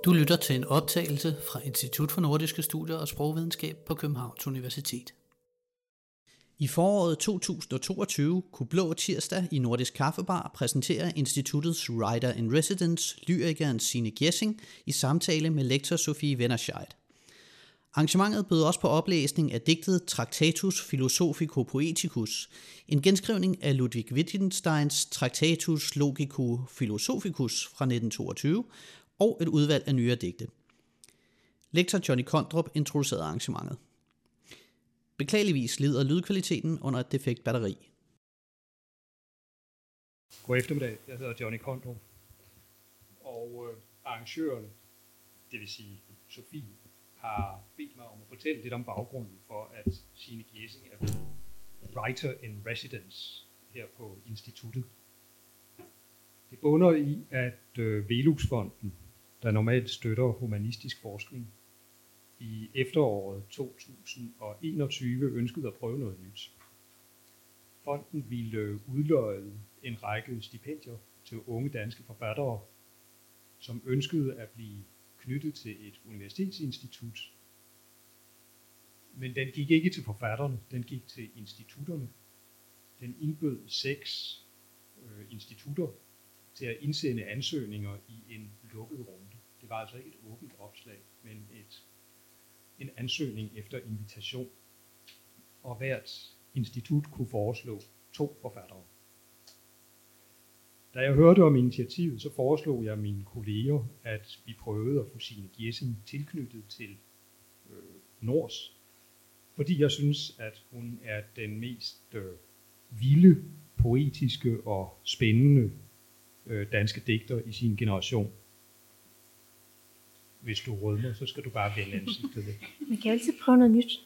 Du lytter til en optagelse fra Institut for Nordiske Studier og Sprogvidenskab på Københavns Universitet. I foråret 2022 kunne Blå Tirsdag i Nordisk Kaffebar præsentere instituttets Writer-in-Residence, lyrikeren Signe Gjessing, i samtale med lektor Sofie Wennerscheid. Arrangementet bød også på oplæsning af digtet Tractatus Philosophico Poeticus, en genskrivning af Ludwig Wittgensteins Tractatus Logico Philosophicus fra 1922, og et udvalg af nyere digte. Lektor Johnny Kondrup introducerede arrangementet. Beklageligvis lider lydkvaliteten under et defekt batteri. God eftermiddag, jeg hedder Johnny Kondrup, og arrangørerne, det vil sige Sofie, har bedt mig om at fortælle lidt om baggrunden for, at Signe Gjessing er blevet Writer in Residence her på instituttet. Det bunder i, at Velux-fonden, der normalt støtter humanistisk forskning, i efteråret 2021 ønskede at prøve noget nyt. Fonden ville udløje en række stipendier til unge danske forfattere, som ønskede at blive knyttet til et universitetsinstitut. Men den gik ikke til forfatterne, den gik til institutterne. Den indbød 6 institutter til at indsende ansøgninger i en lukket runde. Det var altså ikke et åbent opslag, men en ansøgning efter invitation. Og hvert institut kunne foreslå 2 forfattere. Da jeg hørte om initiativet, så foreslog jeg mine kolleger, at vi prøvede at få Signe Gjessing tilknyttet til Nors, fordi jeg synes, at hun er den mest vilde, poetiske og spændende danske digter i sin generation. Hvis du rødmer, så skal du bare vende ansigtet væk. Man kan altid prøve noget nyt.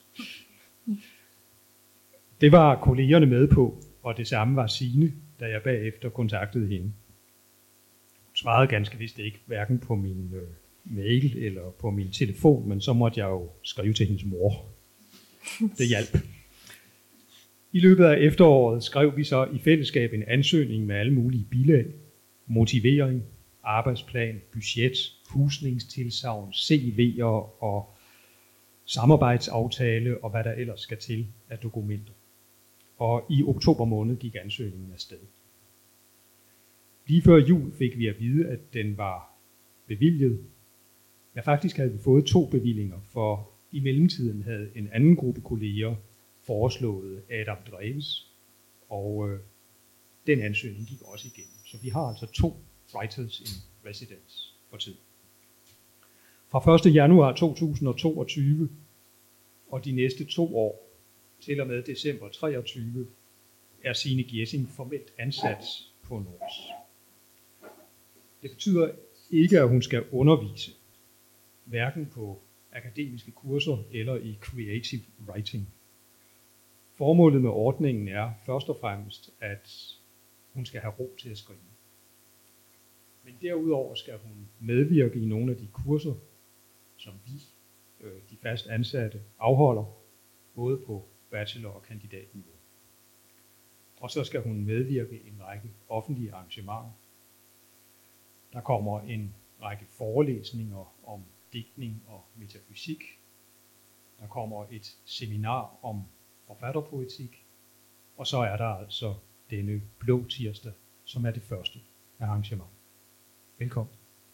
Det var kollegerne med på, og det samme var Signe, da jeg bagefter kontaktede hende. Hun svarede ganske vist ikke, hverken på min mail eller på min telefon, men så måtte jeg jo skrive til hendes mor. Det hjalp. I løbet af efteråret skrev vi så i fællesskab en ansøgning med alle mulige bilag, motivering, arbejdsplan, budget, husningstilsagn, CV'er og samarbejdsaftale og hvad der ellers skal til af dokumenter. Og i oktober måned gik ansøgningen afsted. Lige før jul fik vi at vide, at den var bevilget. Ja, faktisk havde vi fået 2 bevillinger, for i mellemtiden havde en anden gruppe kolleger foreslået Adam Dreves, og den ansøgning gik også igennem. Så vi har altså 2 Writers in Residence for tid. Fra 1. januar 2022 og de næste 2 år, til og med december 2023, er Signe Gjessing formelt ansat på Nors. Det betyder ikke, at hun skal undervise, hverken på akademiske kurser eller i creative writing. Formålet med ordningen er først og fremmest, at hun skal have ro til at skrive. Men derudover skal hun medvirke i nogle af de kurser, som vi, de fast ansatte, afholder, både på bachelor- og kandidatniveau. Og så skal hun medvirke i en række offentlige arrangementer. Der kommer en række forelæsninger om digtning og metafysik. Der kommer et seminar om forfatterpoetik. Og så er der altså denne Blå Tirsdag, som er det første arrangement. Velkommen.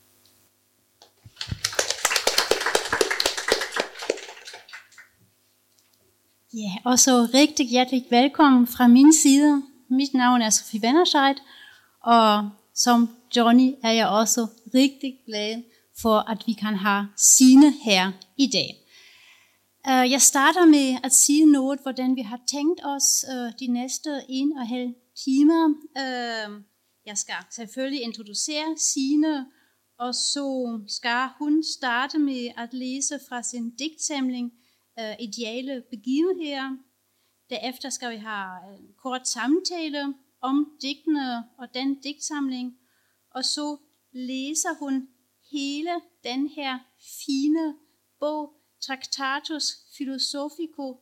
Ja, og så rigtig hjertelig velkommen fra min side. Mit navn er Sofie Wennerscheid, og som Johnny er jeg også rigtig glad for, at vi kan have Signe her i dag. Jeg starter med at sige noget, hvordan vi har tænkt os de næste 1,5 timer. Jeg skal selvfølgelig introducere Signe, og så skal hun starte med at læse fra sin digtsamling Ideale begivenheder. Derefter skal vi have en kort samtale om digtene og den digtsamling, og så læser hun hele den her fine bog, Tractatus Philosophico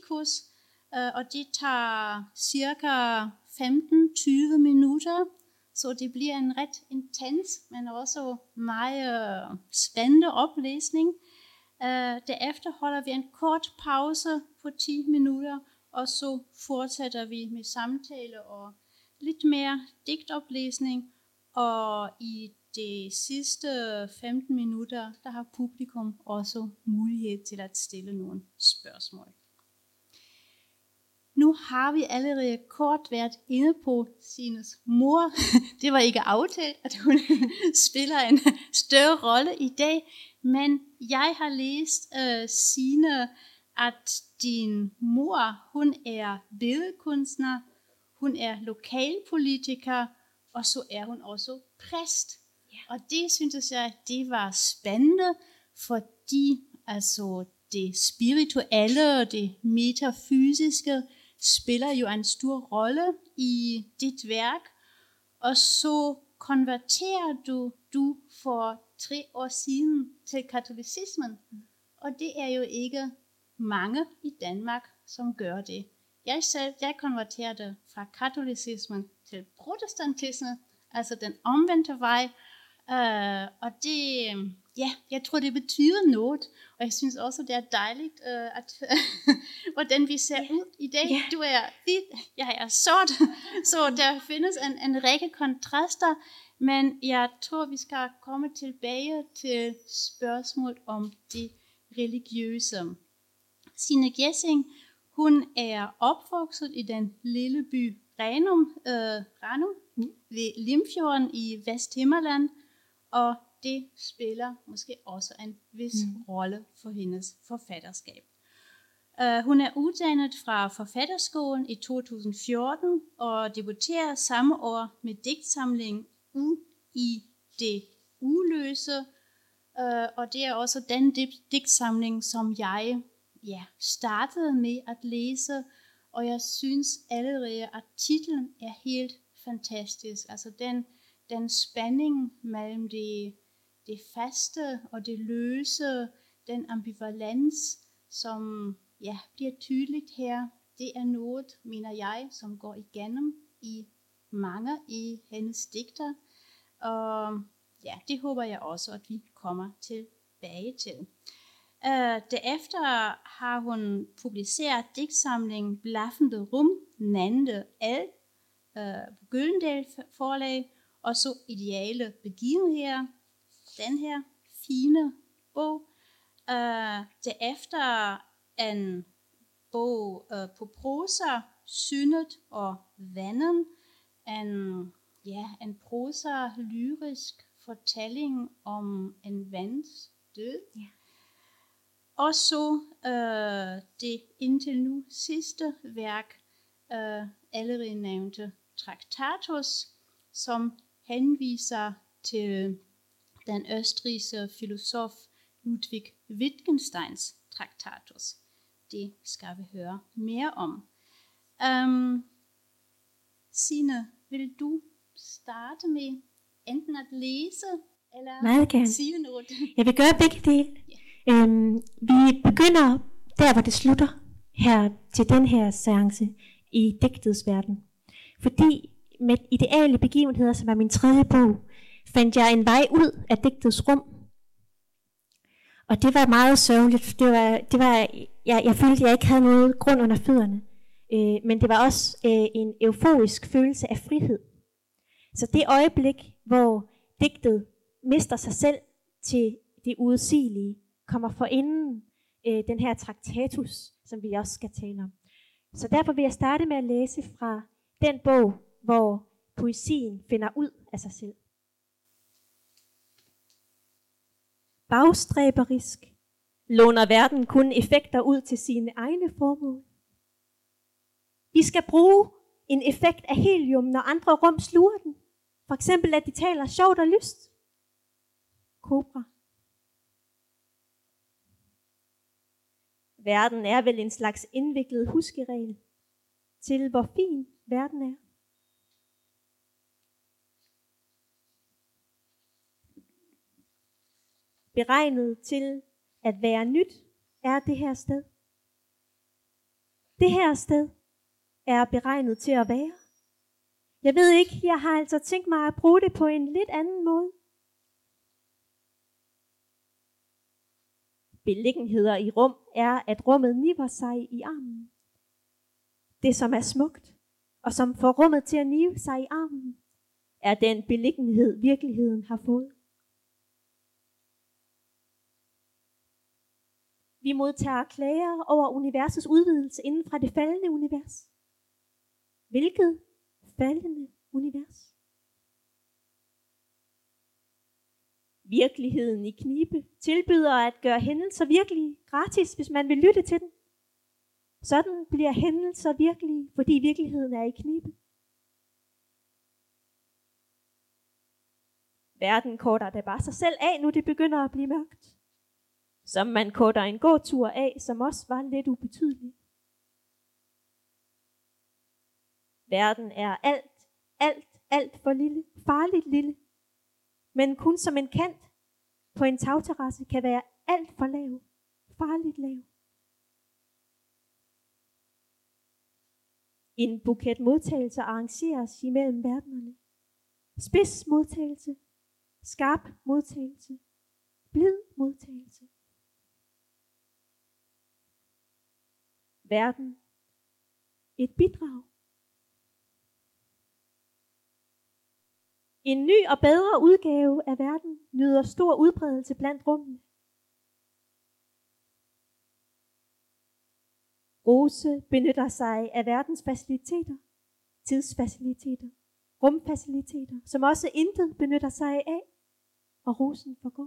Poeticus, og det tager cirka 15-20 minutter, Så det bliver en ret intens, men også meget spændende oplæsning. Derefter holder vi en kort pause på 10 minutter, og så fortsætter vi med samtale og lidt mere digtoplæsning. Og i de sidste 15 minutter, der har publikum også mulighed til at stille nogle spørgsmål. Nu har vi allerede kort været inde på Sines mor. Det var ikke aftalt, at hun spiller en større rolle i dag, men jeg har læst Sine, at din mor, hun er billedkunstner, hun er lokalpolitiker, og så er hun også præst. Og det synes jeg, det var spændende, fordi altså det spirituelle og det metafysiske spiller jo en stor rolle i dit værk. Og så konverterer du for 3 år siden til katolicismen. Og det er jo ikke mange i Danmark, som gør det. Jeg konverterede fra katolicismen til protestantisme, altså den omvendte vej. Og det, jeg tror, det betyder noget. Og jeg synes også, det er dejligt, hvordan vi ser ud i dag. Du er hvid, jeg er sort, så der findes en række kontraster. Men jeg tror, vi skal komme tilbage til spørgsmål om det religiøse. Sine Gjessing, hun er opvokset i den lille by Ranum ved Limfjorden i Vesthimmerland, og det spiller måske også en vis rolle for hendes forfatterskab. Hun er uddannet fra Forfatterskolen i 2014 og debuterer samme år med digtsamlingen I det uløse, og det er også den digtsamling, som jeg startede med at læse, og jeg synes allerede, at titlen er helt fantastisk. Altså den spænding mellem det faste og det løse, den ambivalens, som bliver tydeligt her, det er noget, mener jeg, som går igennem i mange i hendes digter. Og det håber jeg også, at vi kommer tilbage til. Derefter har hun publiceret digtsamlingen Blaffende Rum, Nande Al, på Gyldendal forlag, og så Ideale Begivenheder, den her fine bog. Derefter en bog på prosa, Syndet og Vandet, en prosa lyrisk fortælling om en vens død. Og så det indtil nu sidste værk, allerede nævnte Traktatus, som henviser til den østrigske filosof Ludwig Wittgensteins Traktatus. Det skal vi høre mere om. Sine, vil du starte med enten at læse eller sige noget? Jeg vil gøre begge dele. Vi begynder der, hvor det slutter, her til den her seance i digtets verden. Fordi med Ideale Begivenheder, som er min 3. bog, fandt jeg en vej ud af digtets rum. Og det var meget sørgeligt. Jeg følte, at jeg ikke havde noget grund under fødderne. Men det var også en euforisk følelse af frihed. Så det øjeblik, hvor digtet mister sig selv til det udsigelige, kommer for inden den her Traktatus, som vi også skal tale om. Så derfor vil jeg starte med at læse fra den bog, hvor poesien finder ud af sig selv. Bagstræberisk låner verden kun effekter ud til sine egne formål. Vi skal bruge en effekt af helium, når andre rum sluger den. For eksempel, at de taler sjovt og lyst. Kobra. Verden er vel en slags indviklet huskeregel til, hvor fin verden er. Beregnet til at være nyt er det her sted. Det her sted er beregnet til at være. Jeg ved ikke, jeg har altså tænkt mig at bruge det på en lidt anden måde. Beliggenheder i rum er, at rummet niver sig i armen. Det, som er smukt, og som får rummet til at nive sig i armen, er den beliggenhed, virkeligheden har fået. Vi modtager klager over universets udvidelse inden fra det faldende univers. Hvilket faldende univers? Virkeligheden i knibe tilbyder at gøre hændelser virkelige gratis, hvis man vil lytte til den. Sådan bliver hændelser virkelige, fordi virkeligheden er i knibe. Verden korter da bare sig selv af, nu det begynder at blive mørkt. Som man korter en gåtur af, som også var lidt ubetydelig. Verden er alt for lille, farligt lille. Men kun som en kant på en tagterrasse kan være alt for lav, farligt lav. En buket modtagelser arrangeres imellem verdenerne. Spids modtagelse, skarp modtagelse, blid modtagelse. Verden, et bidrag. En ny og bedre udgave af verden nyder stor udbredelse blandt rummene. Rose benytter sig af verdens faciliteter, tidsfaciliteter, rumfaciliteter, som også intet benytter sig af, og rosen forgår.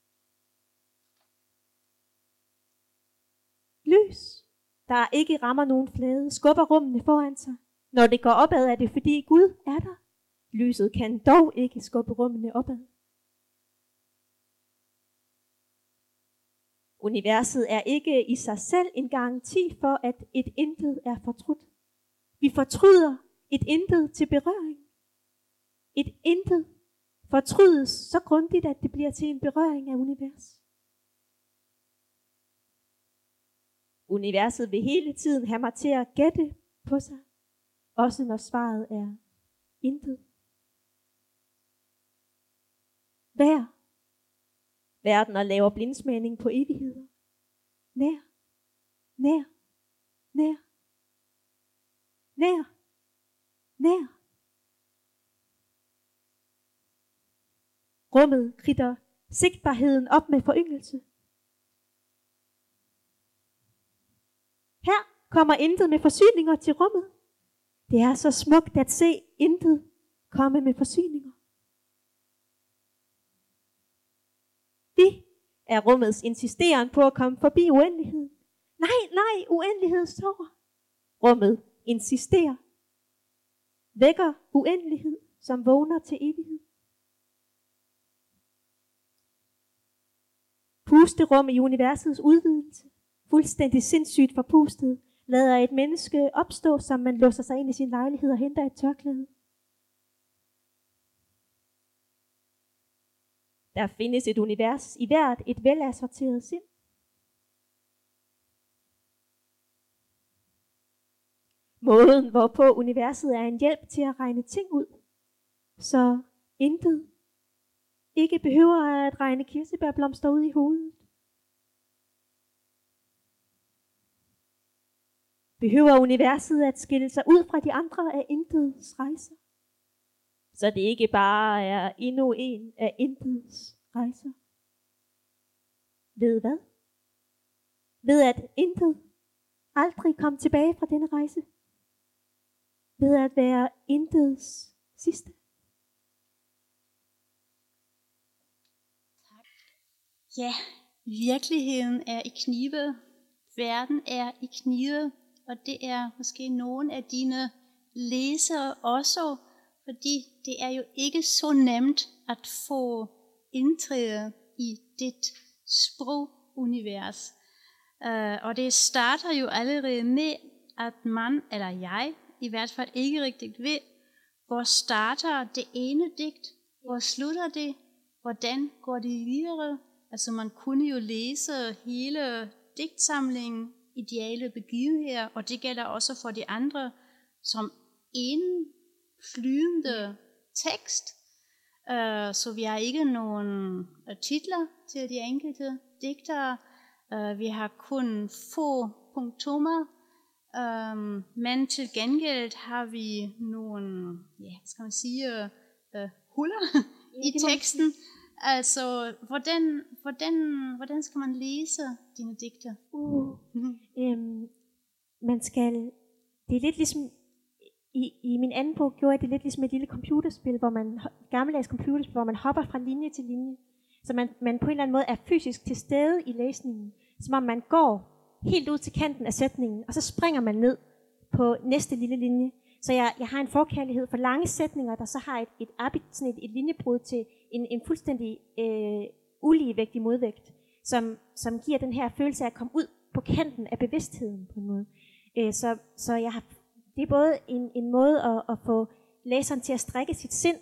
Lys, der ikke rammer nogen flade, skubber rummene foran sig. Når det går opad, er det fordi Gud er der. Lyset kan dog ikke skubbe rummene opad. Universet er ikke i sig selv en garanti for, at et intet er fortrudt. Vi fortryder et intet til berøring. Et intet fortrydes så grundigt, at det bliver til en berøring af univers. Universet vil hele tiden have mig til at gætte på sig, også når svaret er intet. Verden laver blindsmagning på evigheder. Nær. Rummet kridter sigtbarheden op med foryngelse. Her kommer intet med forsyninger til rummet. Det er så smukt at se intet komme med forsyninger. Vi er rummets insisteren på at komme forbi uendeligheden. Nej, uendelighed sover. Rummet insisterer. Vækker uendelighed, som vågner til evighed. Pusterum i universets udvidelse, fuldstændig sindssygt forpustet, lader et menneske opstå, som man låser sig ind i sin lejlighed og henter et tørklæde. Der findes et univers i hvert et velassorteret sind. Måden, hvorpå universet er en hjælp til at regne ting ud, så intet ikke behøver at regne kirsebærblomster ud i hovedet. Behøver universet at skille sig ud fra de andre af intets rejser, så det ikke bare er endnu en af intets rejser. Ved hvad? Ved at intet aldrig kom tilbage fra denne rejse. Ved at være intets sidste. Ja, virkeligheden er i knibe. Verden er i knibe. Og det er måske nogle af dine læsere også, fordi det er jo ikke så nemt at få indtræde i dit sprogunivers. Og det starter jo allerede med, at man, eller jeg, i hvert fald ikke rigtig ved, hvor starter det ene digt, hvor slutter det, hvordan går det videre. Altså man kunne jo læse hele digtsamlingen, ideale begivenheder, og det gælder også for de andre, som en flydende tekst, så vi har ikke nogen titler til de enkelte digtere. Vi har kun få punktummer, men til gengæld har vi nogle, skal man sige, huller i teksten. Altså, hvordan skal man læse dine digte? Man skal, det er lidt ligesom, i min anden bog gjorde jeg det lidt ligesom et lille computerspil, gammeldags computerspil, hvor man hopper fra linje til linje. Så man på en eller anden måde er fysisk til stede i læsningen, som om man går helt ud til kanten af sætningen, og så springer man ned på næste lille linje. Så jeg har en forkærlighed for lange sætninger, der så har et linjebrud til en fuldstændig uligevægtig modvægt, som giver den her følelse af at komme ud på kanten af bevidstheden på en måde. Så jeg har, det er både en måde at få læseren til at strække sit sind,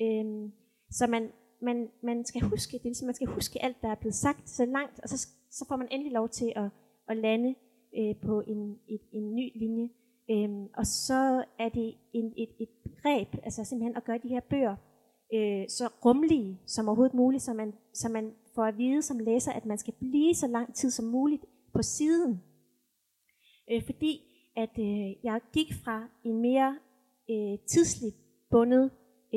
så man skal huske det, ligesom man skal huske alt, der er blevet sagt så langt, og så får man endelig lov til at lande på en ny linje. Og så er det et greb, altså simpelthen at gøre de her bøger så rummelige som overhovedet muligt, så man får at vide som læser, at man skal blive så lang tid som muligt på siden. Fordi at jeg gik fra en mere tidsligt bundet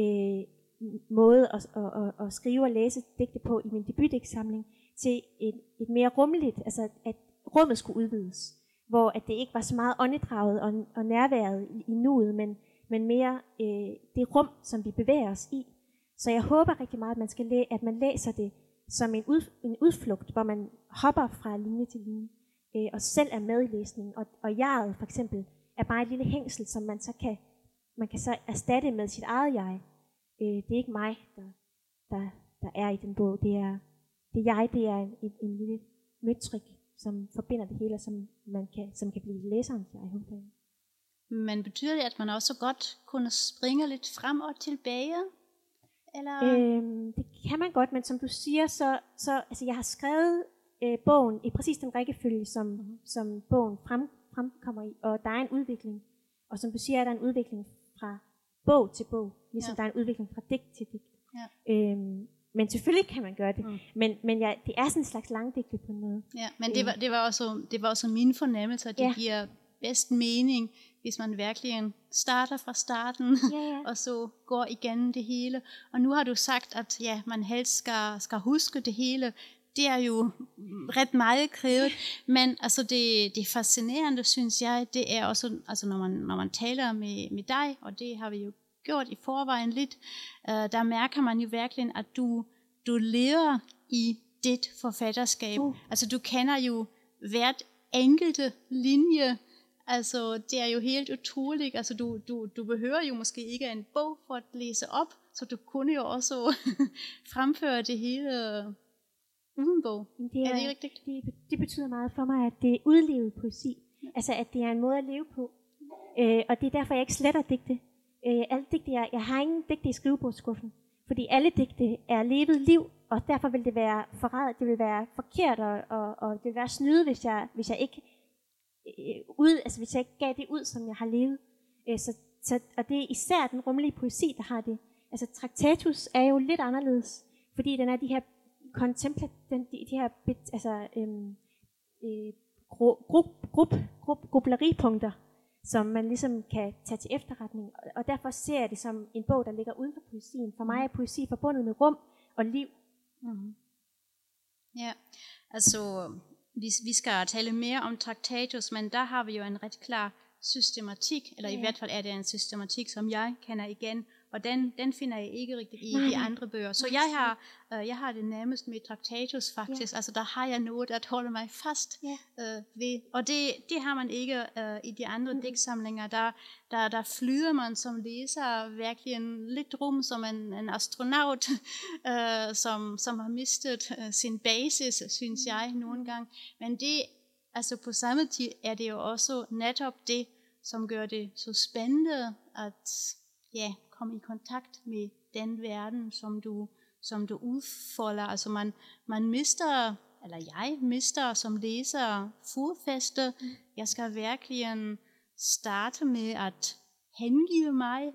måde at skrive og læse digte på i min debutdigtsamling, til et mere rummeligt, altså at rummet skulle udvides, hvor at det ikke var så meget åndedraget og nærværet i nuet, men mere det rum, som vi bevæger os i. Så jeg håber rigtig meget, at man læser det som en udflugt, hvor man hopper fra linje til linje, og selv er med i læsningen. Og jeget for eksempel er bare et lille hængsel, som man kan så erstatte med sit eget jeg. Det er ikke mig, der er i den bog. Det er en lille møtrik, som forbinder det hele, som kan blive læserens jeg, håber jeg. Men betyder det, at man også godt kunne springe lidt frem og tilbage? Eller? Det kan man godt, men som du siger, så altså jeg har skrevet bogen i præcis den rækkefølge, som bogen fremkommer i, og der er en udvikling. Og som du siger, er der en udvikling fra bog til bog, ligesom der er en udvikling fra digt til digt. Ja. Men selvfølgelig kan man gøre det. Men det er sådan en slags langdigte på en måde. Ja, men det var også min fornemmelse, at det giver bedst mening, hvis man virkelig starter fra starten, og så går igennem det hele. Og nu har du sagt, at man helst skal huske det hele. Det er jo ret meget krævet, men altså det fascinerende, synes jeg, det er også, altså når man taler med dig, og det har vi jo gjort i forvejen lidt, der mærker man jo virkelig, at du lever i dit forfatterskab. Altså du kender jo hvert enkelte linje. Altså det er jo helt utroligt. Altså du behøver jo måske ikke en bog for at læse op, så du kunne jo også fremføre det hele uden bog. Er det rigtigt? Det betyder meget for mig, at det er udlevet poesi. Altså at det er en måde at leve på. Og det er derfor, jeg ikke sletter digte. Alle digte, jeg har ingen digte i skrivebordsskuffen. Fordi alle digte er levet liv, og derfor vil det være forrædet, det vil være forkert, og det vil være snyde, hvis jeg ikke hvis jeg ikke gav det ud, som jeg har levet. Og det er især den rummelige poesi, der har det. Altså Tractatus er jo lidt anderledes, fordi den er de her grubleripunkter, som man ligesom kan tage til efterretning. Og derfor ser jeg det som en bog, der ligger uden for poesien. For mig er poesi forbundet med rum og liv. Ja, altså vi skal tale mere om Tractatus, men der har vi jo en ret klar systematik, eller i hvert fald er det en systematik, som jeg kender igen, og den finder jeg ikke rigtig i de andre bøger. Så jeg har det nærmest med Tractatus faktisk, altså der har jeg noget at holde mig fast ved, og det har man ikke i de andre digtsamlinger. Der flyder man som læser virkelig lidt rum som en astronaut, som har mistet sin basis, synes jeg nogle gange. Men det, altså på samme tid er det jo også netop det, som gør det så spændende at komme i kontakt med den verden, som du udfolder. Altså man mister, eller jeg mister som læser fodfæste. Jeg skal virkelig starte med at hengive mig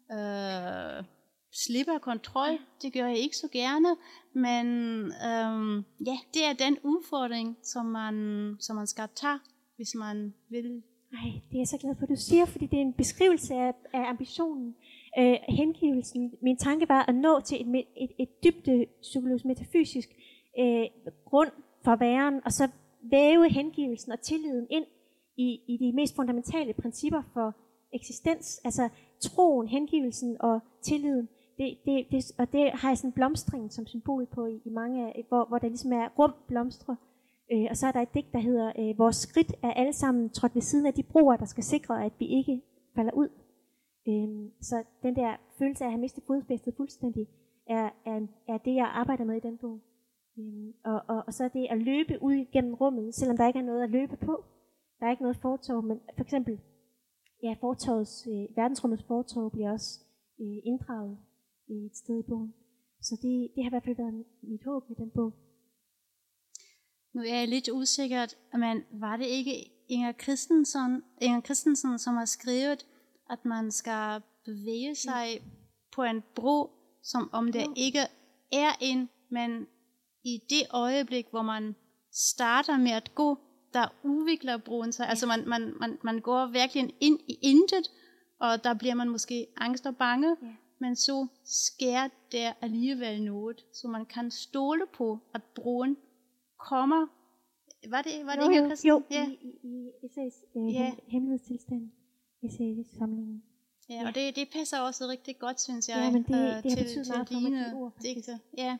slipper kontrol. Det gør jeg ikke så gerne, men det er den udfordring, som man skal tage, hvis man vil. Nej, det er jeg så glad for, at du siger, fordi det er en beskrivelse af ambitionen, hengivelsen. Min tanke var at nå til et dybde psykologisk, metafysisk grund for væren, og så væve hengivelsen og tilliden ind i de mest fundamentale principper for eksistens, altså troen, hengivelsen og tilliden. Og det har jeg sådan en blomstring som symbol på i mange, hvor der ligesom er rum blomstre. Og så er der et digt, der hedder, vores skridt er alle sammen trådt ved siden af de broer, der skal sikre, at vi ikke falder ud. Så den der følelse af at have mistet fodfæstet fuldstændig, er det, jeg arbejder med i den bog. Og så er det at løbe ud gennem rummet, selvom der ikke er noget at løbe på. Der er ikke noget fortov, men for eksempel, verdensrummets fortov bliver også inddraget et sted i bogen. Så det har i hvert fald været mit håb med den bog. Nu er jeg lidt usikker, men var det ikke Inger Christensen, som har skrevet, at man skal bevæge sig på en bro, som om der ikke er en, men i det øjeblik, hvor man starter med at gå, der udvikler broen sig. Altså man går virkelig ind i intet, og der bliver man måske angst og bange, men så sker der alligevel noget, så man kan stole på, at broen kommer. Var det ikke Christen? Jo, i essays, hemmelighedstilstand, essay-samlingen. Ja, og det passer også rigtig godt, synes jeg, ja, men det har betydet meget for mig, ord, digte. Ja.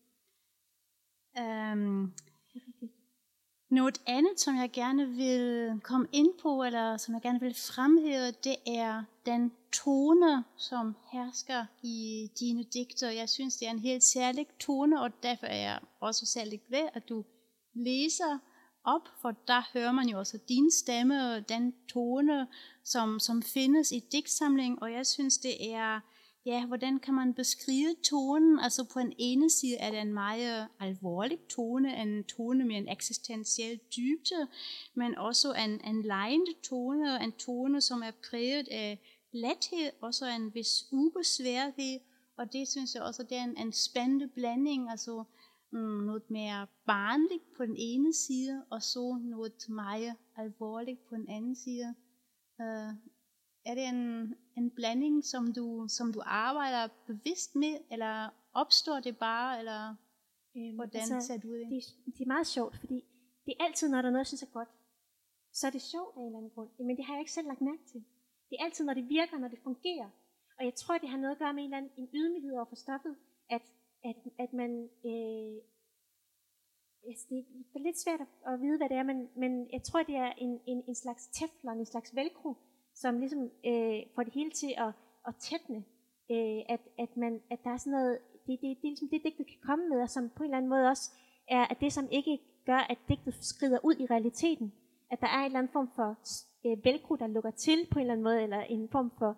Noget andet, som jeg gerne vil komme ind på, eller som jeg gerne vil fremhæve, det er den tone, som hersker i dine digte. Jeg synes, det er en helt særlig tone, og derfor er jeg også særlig glad, at du læser op, for der hører man jo også din stemme og den tone, som findes i digtsamlingen, og jeg synes, det er, hvordan kan man beskrive tonen? Altså på en ene side er det en meget alvorlig tone, en tone med en eksistentiel dybde, men også en legende tone, en tone, som er præget af lethed, også en vis ubesværlighed, og det synes jeg også, det er en spændende blanding, altså noget mere barnligt på den ene side, og så noget meget alvorligt på den anden side. Er det en blanding, som du arbejder bevidst med, eller opstår det bare, eller hvordan ser du det? Det er meget sjovt, fordi det er altid, når der er noget, jeg synes er godt, så er det sjovt af en eller anden grund. Men det har jeg ikke selv lagt mærke til. Det er altid, når det virker, når det fungerer. Og jeg tror, det har noget at gøre med en ydmyghed over for stoffet, at man... det er lidt svært at vide, hvad det er, men jeg tror, det er en slags teflon, en slags velcro, som ligesom får det hele til at tætne. At der er sådan noget, det er ligesom det, digtet kan komme med, og som på en eller anden måde også er at det, som ikke gør, at digtet skrider ud i realiteten. At der er en eller anden form for velcro, der lukker til på en eller anden måde, eller en form for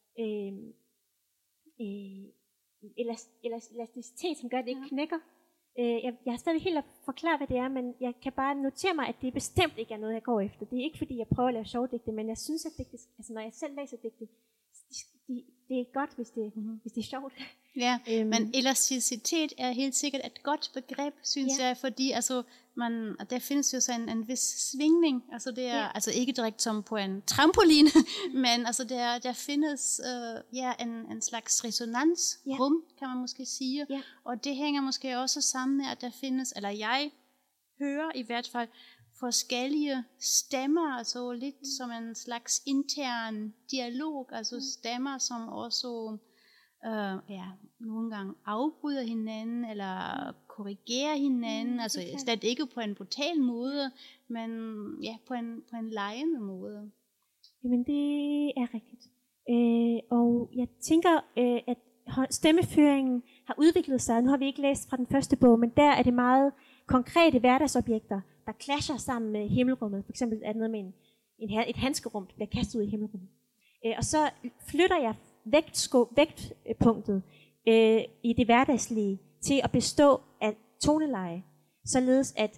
elasticitet, som gør, at det ikke knækker. Jeg har stadig helt at forklare, hvad det er, men jeg kan bare notere mig, at det bestemt ikke er noget, jeg går efter. Det er ikke, fordi jeg prøver at lave sjove digte, men jeg synes, at digte, altså når jeg selv læser digte, det er godt, hvis det er sjovt. Ja, men elasticitet er helt sikkert et godt begreb, synes jeg, fordi altså, der findes jo sådan en vis svingning, altså det er altså ikke direkte som på en trampolin, men altså der findes en slags resonansrum, kan man måske sige, og det hænger måske også sammen med, at der findes, eller jeg hører i hvert fald, forskellige stemmer, altså lidt som en slags intern dialog, altså stemmer, som også nogle gange afbryder hinanden, eller korrigerer hinanden, altså slet ikke på en brutal måde, men på en legende måde. Jamen det er rigtigt. Og jeg tænker, at stemmeføringen har udviklet sig. Nu har vi ikke læst fra den første bog, men der er det meget konkrete hverdagsobjekter, der clasher sammen med himmelrummet. For eksempel er det noget med et handskerum, der bliver kastet ud i himmelrummet. Og så flytter jeg vægtpunktet i det hverdagslige til at bestå af toneleje, således at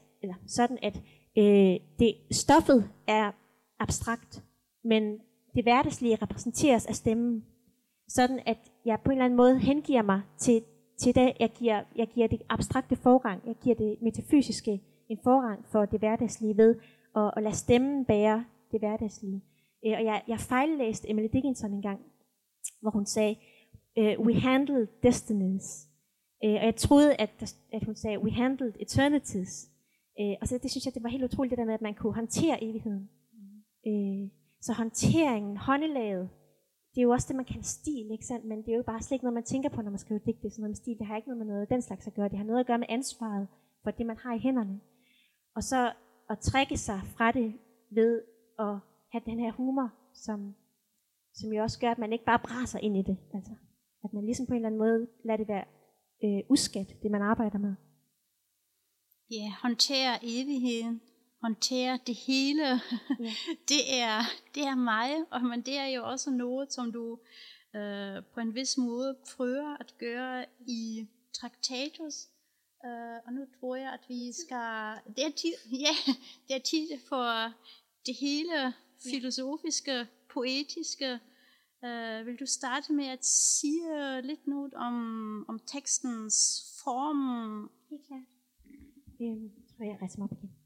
det stoffet er abstrakt, men det hverdagslige repræsenteres af stemmen. sådan at jeg på en eller anden måde hengiver mig til det. Jeg giver det abstrakte forrang, jeg giver det metafysiske en forrang for det hverdagslige ved at lade stemmen bære det hverdagslige. Og jeg fejllæste Emily Dickinson en gang, hvor hun sagde, we handle destinies. Og jeg troede, at hun sagde, we handled eternities. Og så det synes jeg, det var helt utroligt, det der med, at man kunne håndtere evigheden. Så håndteringen, håndelaget, det er jo også det, man kalder stil, ikke sandt? Men det er jo bare slet ikke noget, man tænker på, når man skriver digte. Sådan noget med stil, det har ikke noget med noget den slags at gøre. Det har noget at gøre med ansvaret for det, man har i hænderne. Og så at trække sig fra det ved at have den her humor, som jo også gør, at man ikke bare braser ind i det. Altså, at man ligesom på en eller anden måde lader det være uskat, det man arbejder med. Ja, håndtere evigheden, håndtere det hele, det er mig, men det er jo også noget, som du på en vis måde prøver at gøre i Tractatus. Og nu tror jeg, at vi skal, det er tid for det hele filosofiske, poetiske. Vil du starte med at sige lidt noget om tekstens form? Helt klart. Tror jeg rejser mig op igen.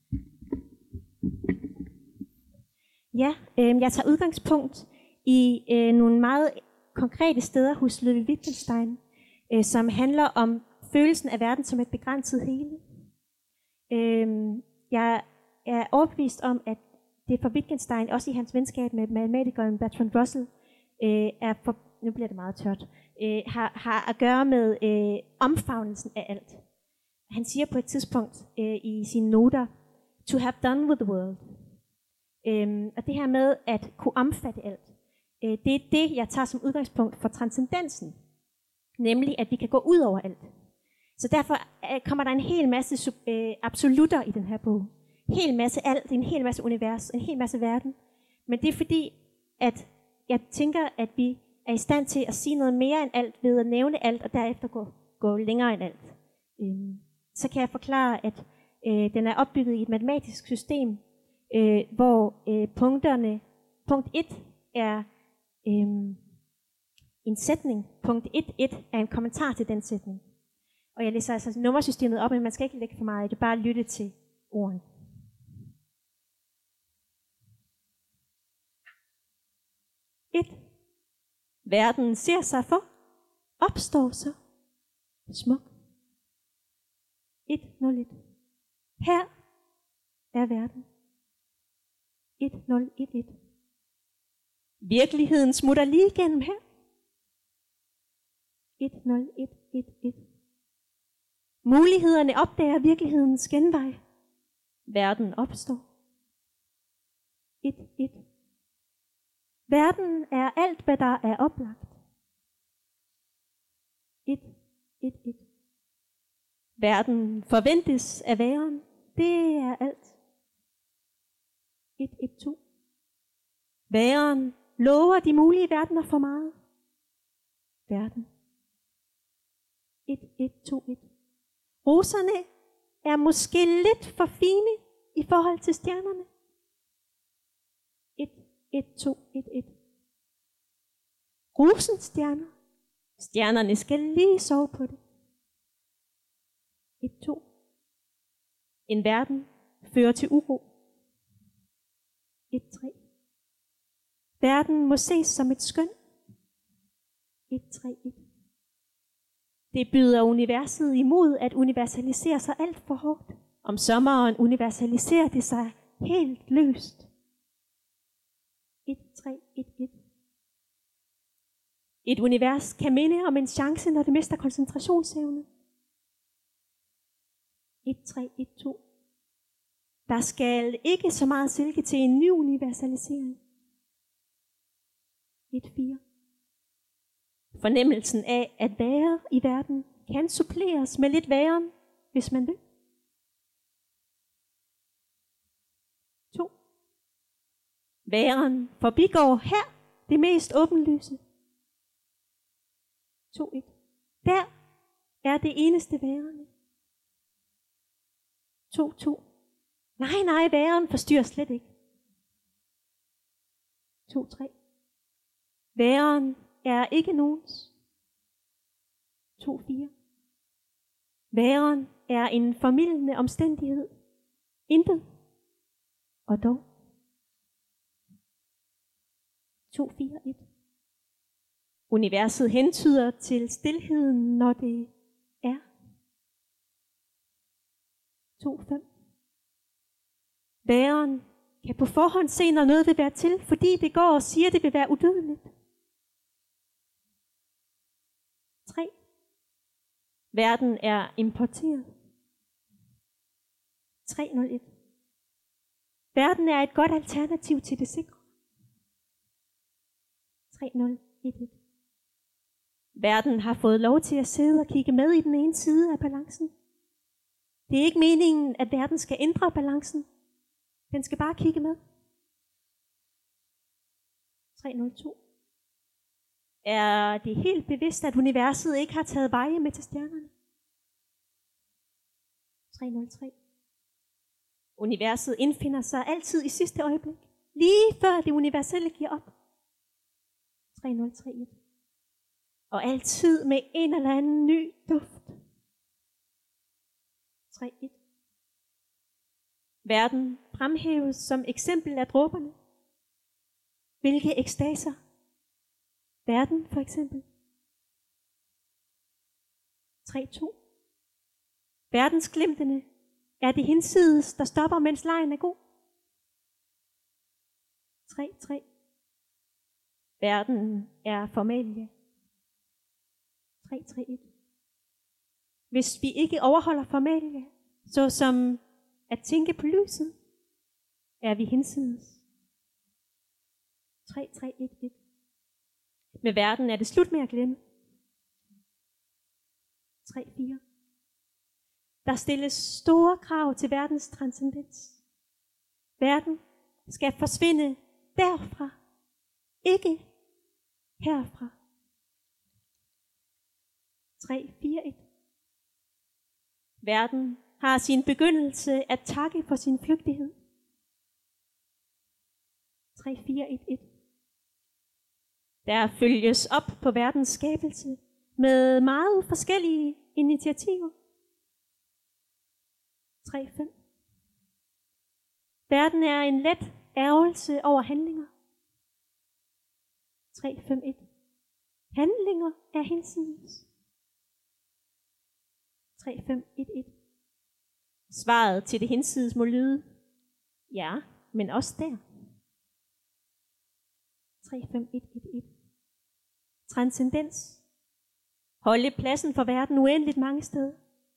Ja, jeg tager udgangspunkt i nogle meget konkrete steder hos Ludwig Wittgenstein, som handler om følelsen af verden som et begrænset hele. Jeg er overbevist om, at det for Wittgenstein, også i hans venskab med matematikeren Bertrand Russell, nu bliver det meget tørt, har at gøre med omfavnelsen af alt. Han siger på et tidspunkt i sine noter, to have done with the world. Og det her med at kunne omfatte alt, det er det, jeg tager som udgangspunkt for transcendensen. Nemlig, at vi kan gå ud over alt. Så derfor kommer der en hel masse absolutter i den her bog. En hel masse alt, en hel masse univers, en hel masse verden. Men det er fordi, at jeg tænker, at vi er i stand til at sige noget mere end alt ved at nævne alt, og derefter gå længere end alt. Så kan jeg forklare, at den er opbygget i et matematisk system, hvor punkt 1 er en sætning. Punkt 1.1 er en kommentar til den sætning. Og jeg læser altså nummersystemet op, men man skal ikke lægge for meget. Det er bare at lytte til ordene. 1. Verden ser sig for, opstår så, smuk. 1.01. Her er verden. 1.0.1.1. Virkeligheden smutter lige igennem her. 1.0.1.1.1. Mulighederne opdager virkelighedens genvej. Verden opstår. 1.1. Verden er alt, hvad der er oplagt. 1.1.1. Verden forventes af væren. Det er alt. 1.1.2. Væren lover de mulige verdener for meget. Verden. 1.1.2.1. Roserne er måske lidt for fine i forhold til stjernerne. 1.1.2.1.1. Rosenstjerner. Stjernerne skal lige sove på det. 1.2. En verden fører til uro. 1.3. Verden må ses som et skøn. 1.3.1. Det byder universet imod at universalisere sig alt for hårdt. Om sommeren universaliserer det sig helt løst. 1.3.1.1. Et univers kan minde om en chance, når det mister koncentrationsevne. 1.3.1.2. Der skal ikke så meget silke til en ny universalisering. 1.4. Fornemmelsen af at være i verden kan suppleres med lidt væren, hvis man vil. 2. Væren forbigår her det mest åbenlyse. 2.1. Der er det eneste værende. 2.2. Nej, væren forstyrrer slet ikke. 2.3. Væren er ikke nogens. 2.4. Væren er en formildende omstændighed. Intet. Og dog. 2.4.1. Universet hentyder til stilheden, når det er. 2.5. Væren kan på forhånd se, når noget vil være til, fordi det går og siger, at det vil være udødeligt. 3. Verden er importeret. 3.01. Verden er et godt alternativ til det sikre. 3.011. Verden har fået lov til at sidde og kigge med i den ene side af balancen. Det er ikke meningen, at verden skal ændre balancen. Den skal bare kigge med. 3.02. Er det helt bevidst, at universet ikke har taget veje med til stjernerne? 3.03. Universet indfinder sig altid i sidste øjeblik, lige før det universelle giver op. 3.03. Og altid med en eller anden ny duft. 3.1. Verden fremhæves som eksempel af dråberne. Hvilke ekstaser? Verden for eksempel. 3.2. Verdensglimtene er det hinsides, der stopper, mens lejen er god. 3.3. Verden er formalia. 3.3.1. Hvis vi ikke overholder formalia, såsom at tænke på lyset, er vi hinsides. 3.3.1.1. Med verden er det slut med at glemme. 3.4. Der stilles store krav til verdens transcendens. Verden skal forsvinde derfra, ikke herfra. 3.4.1. Verden har sin begyndelse at takke for sin flygtighed. 3.4.1.1. Der følges op på verdens skabelse med meget forskellige initiativer. 3.5. Verden er en let ærgelse over handlinger. 3.5.1. Handlinger er hinsides. 3.5.1.1. Svaret til det hinsides må lyde, ja, men også der. 3.5.1.1.1. Transcendens. Holde pladsen for verden uendeligt mange steder.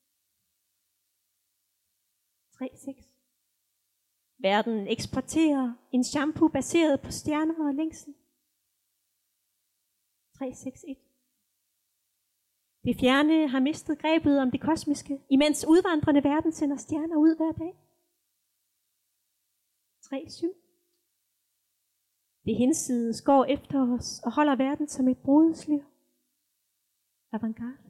3.6. Verden eksporterer en shampoo baseret på stjerner og længsel. 3.6.1. Det fjerne har mistet grebet om det kosmiske, imens udvandrende verden sender stjerner ud hver dag. 3.7. Det hinsides går efter os og holder verden som et brudeslør. Avantgarde.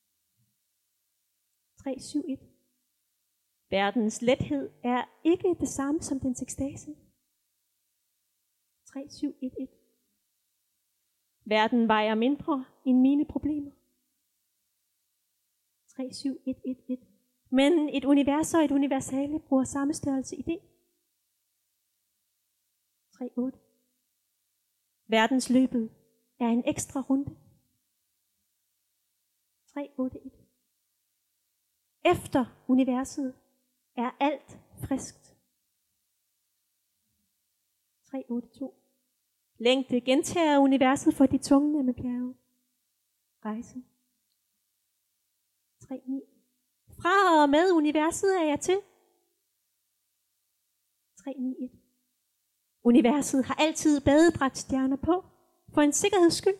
3.7.1. Verdens lethed er ikke det samme som dens ekstase. 3.7.1.1. Verden vejer mindre end mine problemer. 3.7.1.1.1. Men et univers og et universale bruger samme størrelse i det. 3.8. Verdensløbet er en ekstra runde. 3.8.1. Efter universet er alt friskt. 3.8.2. Længde gentager universet for de tunge med bjerge. Rejse. 3.9. Fra og med universet er jeg til. 3.9.1. Universet har altid badedragtstjerner på, for en sikkerheds skyld.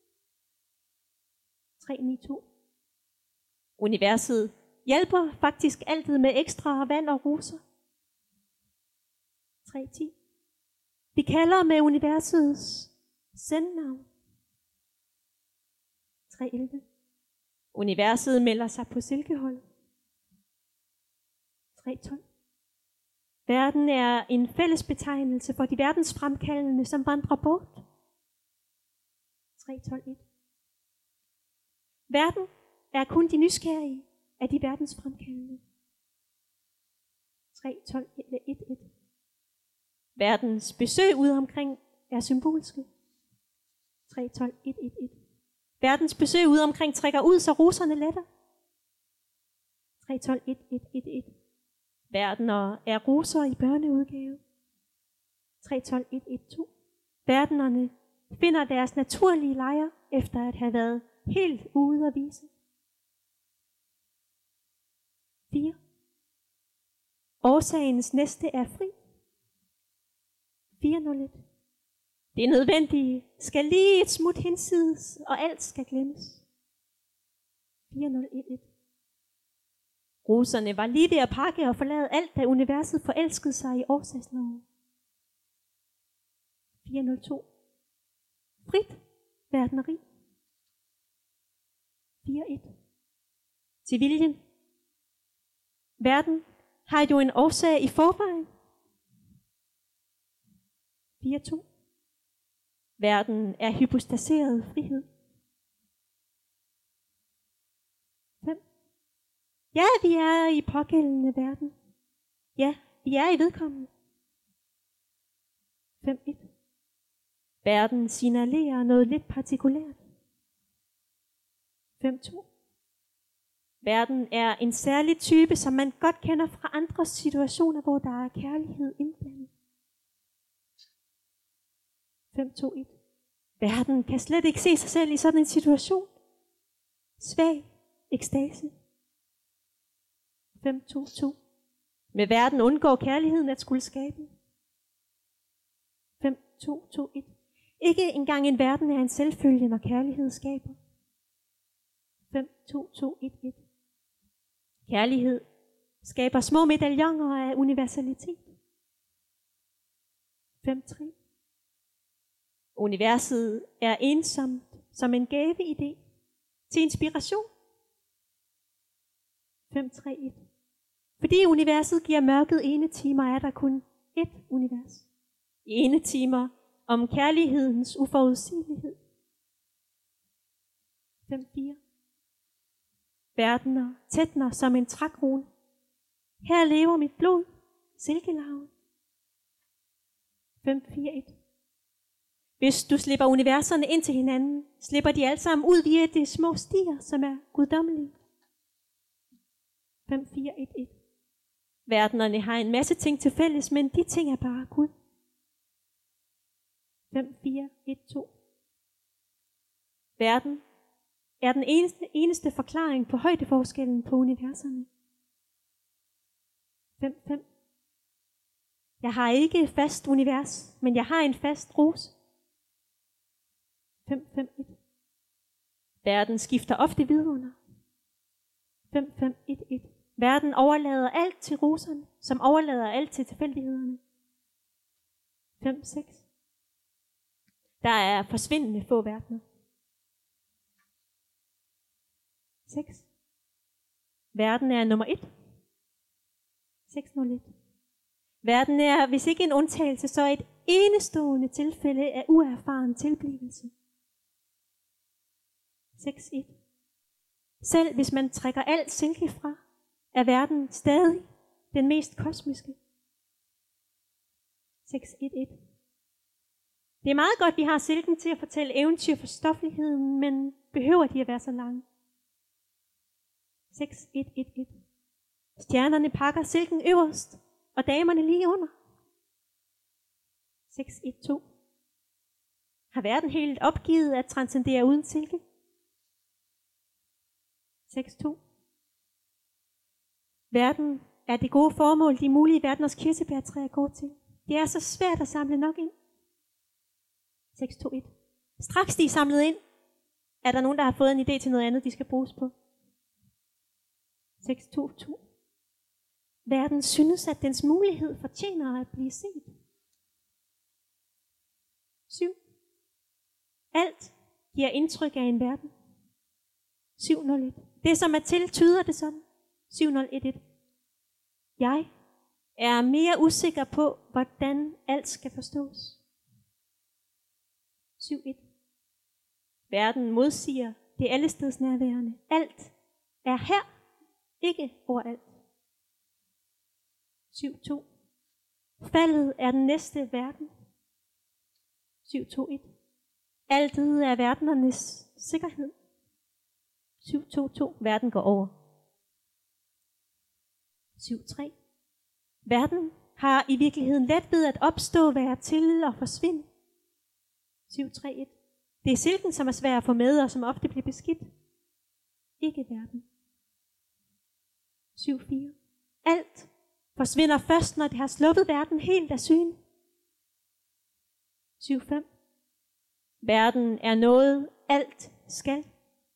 3.9.2. Universet hjælper faktisk altid med ekstra vand og roser. 3.10. Vi kalder med universets sendnavn. 3.11. Universet melder sig på silkeholdet. 3.12. Verden er en fælles betegnelse for de verdensfremkaldende, som vandrer bort. 3:12:1. Verden er kun de nysgerrige af de verdensfremkaldende. 3:12:1. Verdens besøg ude omkring er symbolske. 3:12:1. Verdens besøg ude omkring trækker ud, så roserne letter. 3:12:1. Verdener er roser i børneudgave. 3:12:1. Verdenerne finder deres naturlige lejre, efter at have været helt ude at vise. 4. Årsagens næste er fri. 4:01. Det nødvendige skal lige et smut hinsides, og alt skal glemmes. 4:01. Roserne var lige ved at pakke og forlade alt, da universet forelskede sig i årsagsloven. 4:02. Frit verdeneri. 4:1. Til viljen. Verden har jo en årsag i forvejen. 4:2. Verden er hypostaseret frihed. 5. Ja, vi er i pågældende verden. Ja, vi er i vedkommende. 5:1. Verden signalerer noget lidt partikulært. 5:2. Verden er en særlig type, som man godt kender fra andre situationer, hvor der er kærlighed indblandet. 5:2:1. Verden kan slet ikke se sig selv i sådan en situation. Svag ekstase. 5:2:2. Med verden undgår kærligheden at skulle skabe. 5:2:2:1. Ikke engang en verden er en selvfølge, når kærlighed skaber. 5:2:2:1. Kærlighed skaber små medaljoner af universalitet. 5:3. Universet er ensomt som en gaveidé til inspiration. 5:3:1. Fordi universet giver mørket ene timer, er der kun ét univers. Ene timer om kærlighedens uforudsigelighed. 5:4. Verdener tætner som en trækrone. Her lever mit blod, silkelarven. 5:4:1. Hvis du slipper universerne ind til hinanden, slipper de alle sammen ud via de små stier, som er guddommelige. 5:4:1. Verdenerne har en masse ting til fælles, men de ting er bare Gud. 5:4:1:2. Verden er den eneste forklaring på højdeforskellen på universerne. 5:5. Jeg har ikke et fast univers, men jeg har en fast rose. 5:5:1. Verden skifter ofte vidunder. 5:5:1:1. Verden overlader alt til roserne, som overlader alt til tilfældighederne. 5:6. Der er forsvindende få verdener. 6. Verden er nummer 1. 6:01. Verden er, hvis ikke en undtagelse, så et enestående tilfælde af uerfaren tilblivelse. 6:1. Selv hvis man trækker alt silke fra, er verden stadig den mest kosmiske. 6:1:1. Det er meget godt, vi har silken til at fortælle eventyr for stofligheden, men behøver de at være så lange? 6:1:1:1. Stjernerne pakker silken øverst, og damerne lige under. 6:1:2. Har verden helt opgivet at transcendere uden silke? 6:2. Verden er det gode formål, de mulige verdeners kirsebærtræer går til. Det er så svært at samle nok ind. 6:2:1. Straks de er samlet ind, er der nogen, der har fået en idé til noget andet, de skal bruges på. 6:2:2. Verden synes, at dens mulighed fortjener at blive set. 7. Alt giver indtryk af en verden. 7:01. Det som er til, tyder det sådan. 7:01:1. Jeg er mere usikker på, hvordan alt skal forstås. 7:1. Verden modsiger, det er allesteds nærværende. Alt er her, ikke overalt. 7.2. Faldet er den næste verden. 7.2.1. Altet er verdenernes sikkerhed. 7.2.2. Verden går over. 7.3. Verden har i virkeligheden let ved at opstå, være til og forsvinde. 7.3.1. Det er silken, som er svær at få med, og som ofte bliver beskidt. Ikke verden. 7.4. Alt forsvinder først, når det har sluppet verden helt af syne. 7.5. Verden er noget, alt skal.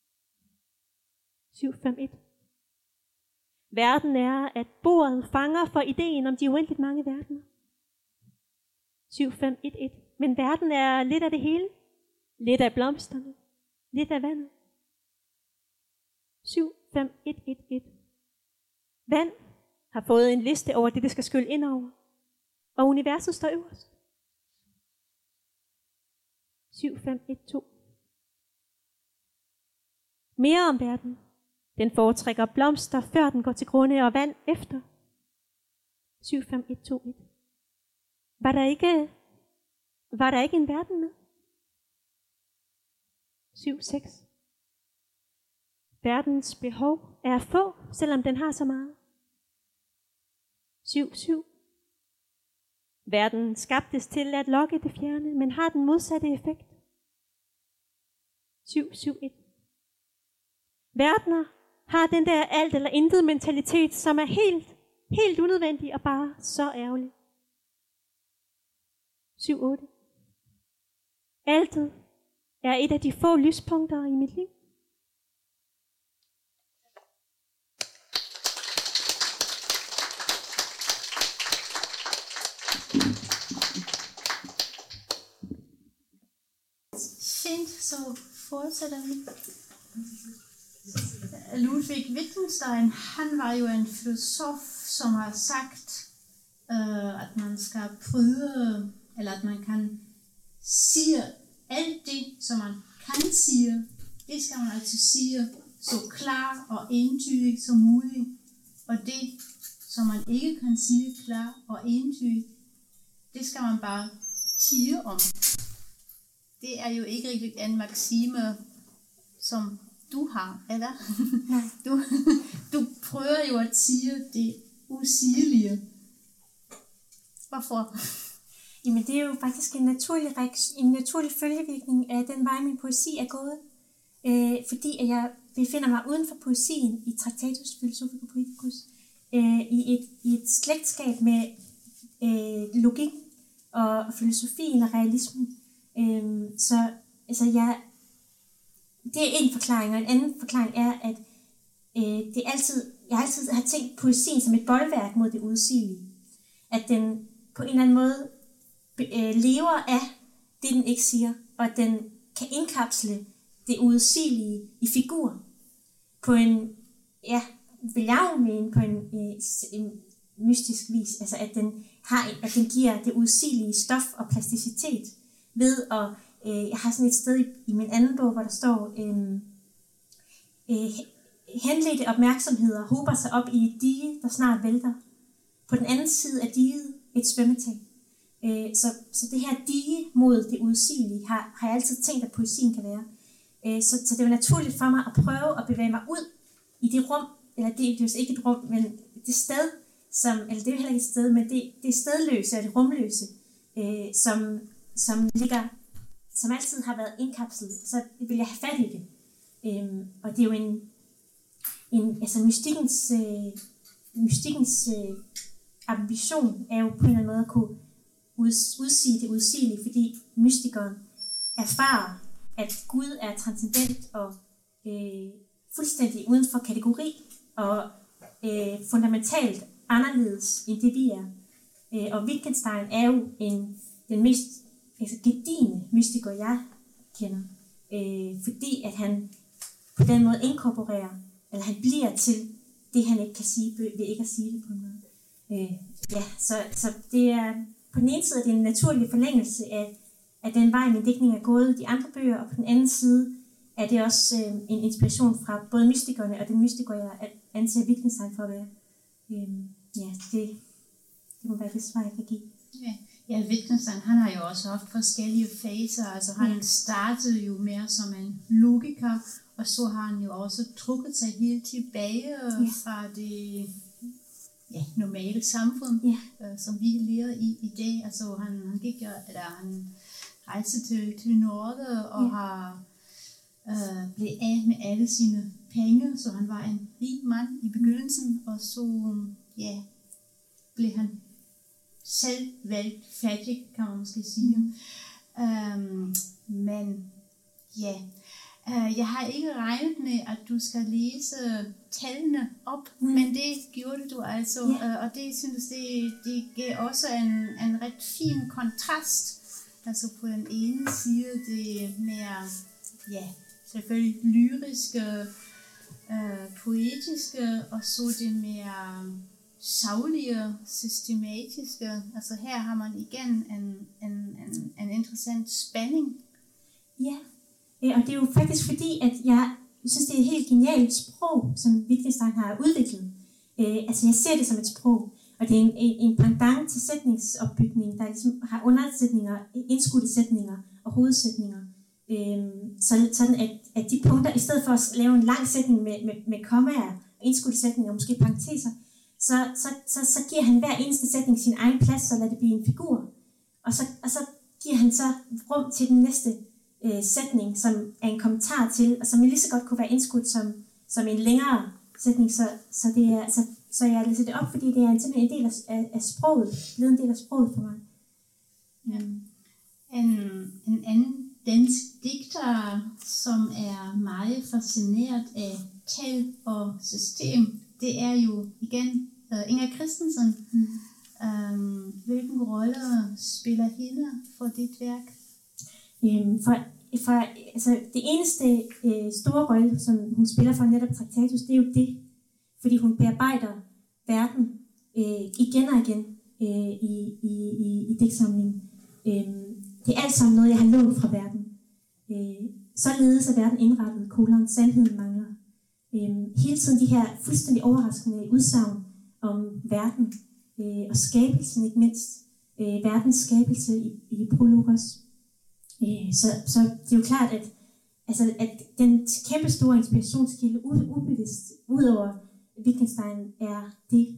7.5.1. Verden er, at bordet fanger for ideen om de uendeligt mange verdener. 7.5.1.1. Men verden er lidt af det hele. Lidt af blomsterne. Lidt af vandet. 7.5.1.1.1. Vand har fået en liste over det skal skylle ind over. Og universet står øverst. 7.5.1.2. Mere om verden. Den foretrækker blomster, før den går til grunde, og vand efter. 7.5.1.2.1. Var der ikke en verden med? 7.6. Verdens behov er få, selvom den har så meget. 7.7. Verden skabtes til at lokke det fjerne, men har den modsatte effekt. 7.7.1. Verdener har den der alt eller intet mentalitet, som er helt unødvendig og bare så ærgerlig. 7.8. Altet er et af de få lyspunkter i mit liv. Fint, så fortsætter vi. Ludwig Wittgenstein, han var jo en filosof, som har sagt, at man skal bryde, eller at man kan sige alt det, som man kan sige, det skal man altså sige så klar og entydigt som muligt. Og det, som man ikke kan sige klar og entydigt, det skal man bare tie om. Det er jo ikke rigtig en maxime, som du har, eller? Du prøver jo at sige det usigelige. Hvorfor? Jamen det er jo faktisk en naturlig følgevirkning af den vej, min poesi er gået. Fordi at jeg befinder mig uden for poesien i Tractatus Philosophica Poeticus, i et slægtskab med logik og filosofien og realismen. Så altså det er en forklaring, og en anden forklaring er, at jeg altid har tænkt poesien som et bolværk mod det udsigelige. At den på en eller anden måde lever af det, den ikke siger, og at den kan indkapsle det udsigelige i figur på en, vil jeg jo mene, på en mystisk vis. Altså at den giver det udsigelige stof og plasticitet ved at jeg har sådan et sted i min anden bog, hvor der står henledte opmærksomheder hober sig op i et dige, der snart vælter. På den anden side af diget et svømmetag. Så det her dige mod det udsigelige har jeg altid tænkt, at poesien kan være. Så det var naturligt for mig at prøve at bevæge mig ud i det rum, eller det er jo ikke et rum, men det sted, eller det er jo heller ikke et sted, men det stedløse og det rumløse, som ligger, som altid har været indkapslet, så vil jeg have fat i det. Og det er jo altså mystikkens ambition er jo på en eller anden måde at kunne udsige det udsigelige, fordi mystikeren erfarer, at Gud er transcendent og fuldstændig uden for kategori og fundamentalt anderledes end det vi er. Og Wittgenstein er jo den mest gedigne mystiker jeg kender, fordi at han på den måde inkorporerer, eller han bliver til det han ikke kan sige ved ikke at sige det på en måde. Så det er på den ene side det er en naturlig forlængelse af den vej min digtning er gået i de andre bøger, og på den anden side er det også en inspiration fra både mystikerne og den mystiker, jeg anser Wittgenstein for at være. Det må være det svar, jeg kan give. Ja, Wittgenstein, han har jo også haft forskellige faser. Altså han startede jo mere som en logiker, og så har han jo også trukket sig helt tilbage fra det normale samfund, som vi lever i dag. Altså han gik han rejste til Norge og har blev af med alle sine penge, så han var en rig mand i begyndelsen, og så blev han selv valgt fattig, kan man måske sige. Men jeg har ikke regnet med, at du skal læse tallene op, men det gjorde du altså, og det synes det giver også en ret fin kontrast. Altså på den ene side det mere, selvfølgelig lyriske, poetiske, og så det mere saglige, systematiske. Altså her har man igen en interessant spænding. Ja, og det er jo faktisk fordi, at jeg synes, det er et helt genialt sprog, som Wittgenstein har udviklet. Altså jeg ser det som et sprog, og det er en pendant til sætningsopbygning, der ligesom har undersætninger, indskudte sætninger og hovedsætninger. Sådan at de punkter, i stedet for at lave en lang sætning med kommaer, indskudte sætninger og måske parenteser, så giver han hver eneste sætning sin egen plads, og lader det blive en figur. Og så giver han så rum til den næste sætning, som er en kommentar til, og som lige så godt kunne være indskudt som en længere sætning. Så jeg læser det op, fordi det er simpelthen en del af sproget, blevet en del af sproget for mig. En anden dansk digter, som er meget fascineret af tal og system, det er jo igen Inger Christensen. Hvilken rolle spiller hende for dit værk? Altså, det eneste store rolle, som hun spiller for netop Tractatus, det er jo det, fordi hun bearbejder verden igen og igen i digtsamlingen. Det er alt sammen noget, jeg har lånt fra verden. Således er verden indrettet, sandheden mangler. Hele tiden de her fuldstændig overraskende udsagn om verden og skabelsen, ikke mindst. Verdens skabelse i prologos. Så det er jo klart, at den kæmpe store inspirationskilde ubevidst, udover Wittgenstein, er det.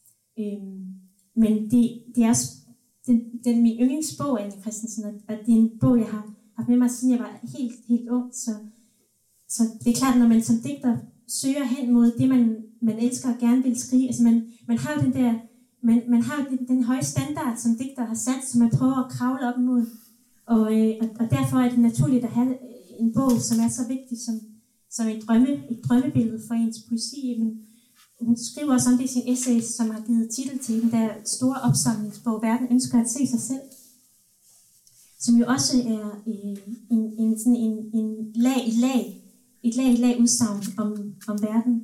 Men det er også min yndlingsbog af Inger Christensen, og det er en bog, jeg har haft med mig, siden jeg var helt ung. Så det er klart, at når man som digter søger hen mod det, man elsker og gerne vil skrive, altså man har jo den der, man har jo den høje standard, som digter har sat, som man prøver at kravle op imod. Og derfor er det naturligt at have en bog, som er så vigtig som et drømmebillede for ens poesi. Men hun skriver også om det i sin essays, som har givet titel til den der store opsamlingsbog, Verden ønsker at se sig selv. Som jo også er et lag udsagn om verden.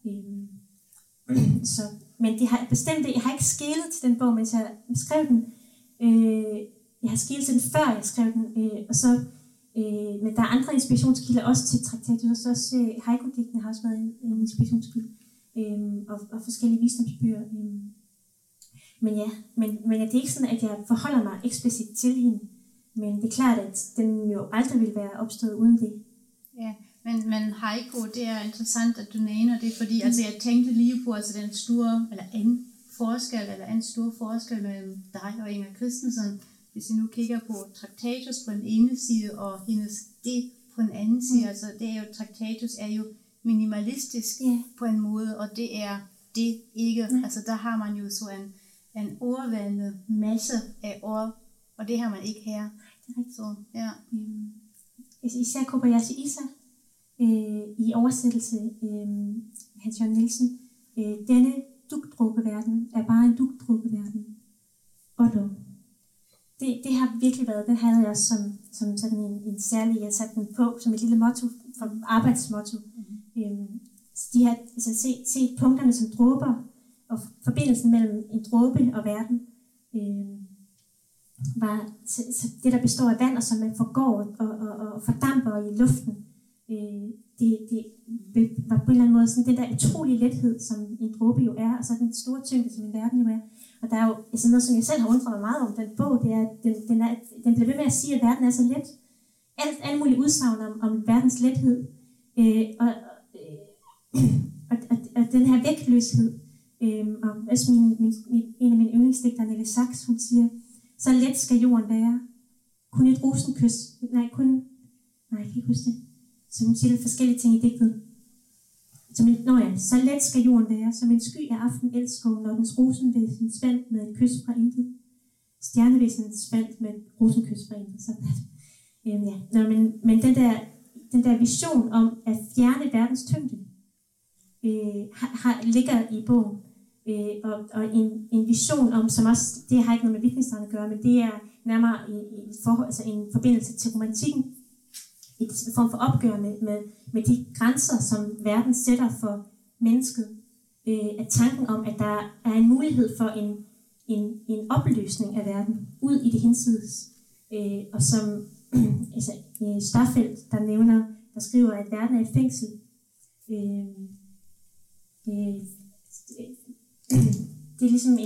Men det har bestemt, jeg har ikke skelet til den bog, mens jeg skrev den. Jeg har skelet til den, før jeg skrev den. Men der er andre inspirationskilder også til Tractatus. Også haiku-digtene har også været en inspirationskilde. Og forskellige visdomsbøger. Men det er ikke sådan, at jeg forholder mig eksplicit til hende. Men det er klart, at den jo aldrig vil være opstået uden det. Ja, men haiku, det er interessant, at du nævner det, fordi altså, jeg tænkte lige på den store, eller en stor forskel mellem dig og Inger Christensen. Hvis I nu kigger på Tractatus på den ene side, og hendes det på den anden side, altså det er jo, Tractatus er jo minimalistisk på en måde, og det er det ikke. Altså der har man jo så en overvældende masse af ord, og det har man ikke her. Så, ja. Især Kobayashi Issa i oversættelse Hans Jørgen Nielsen. Denne dugdråbeverden er bare en dugdråbeverden. Og dog. Det har virkelig været, den havde jeg også som sådan en særlig, jeg satte den på som et lille motto, som arbejdsmotto. De har altså set punkterne som dråber, og forbindelsen mellem en dråbe og verden, var det, der består af vand, og som man forgår og fordamper i luften. Det var på en eller anden måde sådan den der utrolige lethed, som en dråbe jo er, og så den store tyngde, som en verden jo er. Og der er jo altså noget, som jeg selv har undret mig meget om den bog, det er, at den bliver ved med at sige, at verden er så let. Alt muligt udsagn om verdens lethed, og den her vægtløshed. Og også en af mine yndlingsdigtere, Nelly Sachs, hun siger, så let skal jorden være. Kun et rosenkys. Nej, jeg kan ikke huske det. Så hun siger forskellige ting i digtet. Så let skal jorden være, som en sky af aften elskov, når dens rosenvæsen spandt med et kys fra intet. Stjernevæsenet spandt med et rosenkys fra intet. Så, men den der vision om at fjerne verdens tyngde, ligger i bogen. Og en vision om, som også, det har ikke noget med Wittgenstein at gøre, men det er nærmere en forbindelse til romantikken, en form for opgør med de grænser, som verden sætter for mennesket. At tanken om, at der er en mulighed for en opløsning af verden ud i det hinsides. Og som Starfeldt, der skriver, at verden er et fængsel. Det er ligesom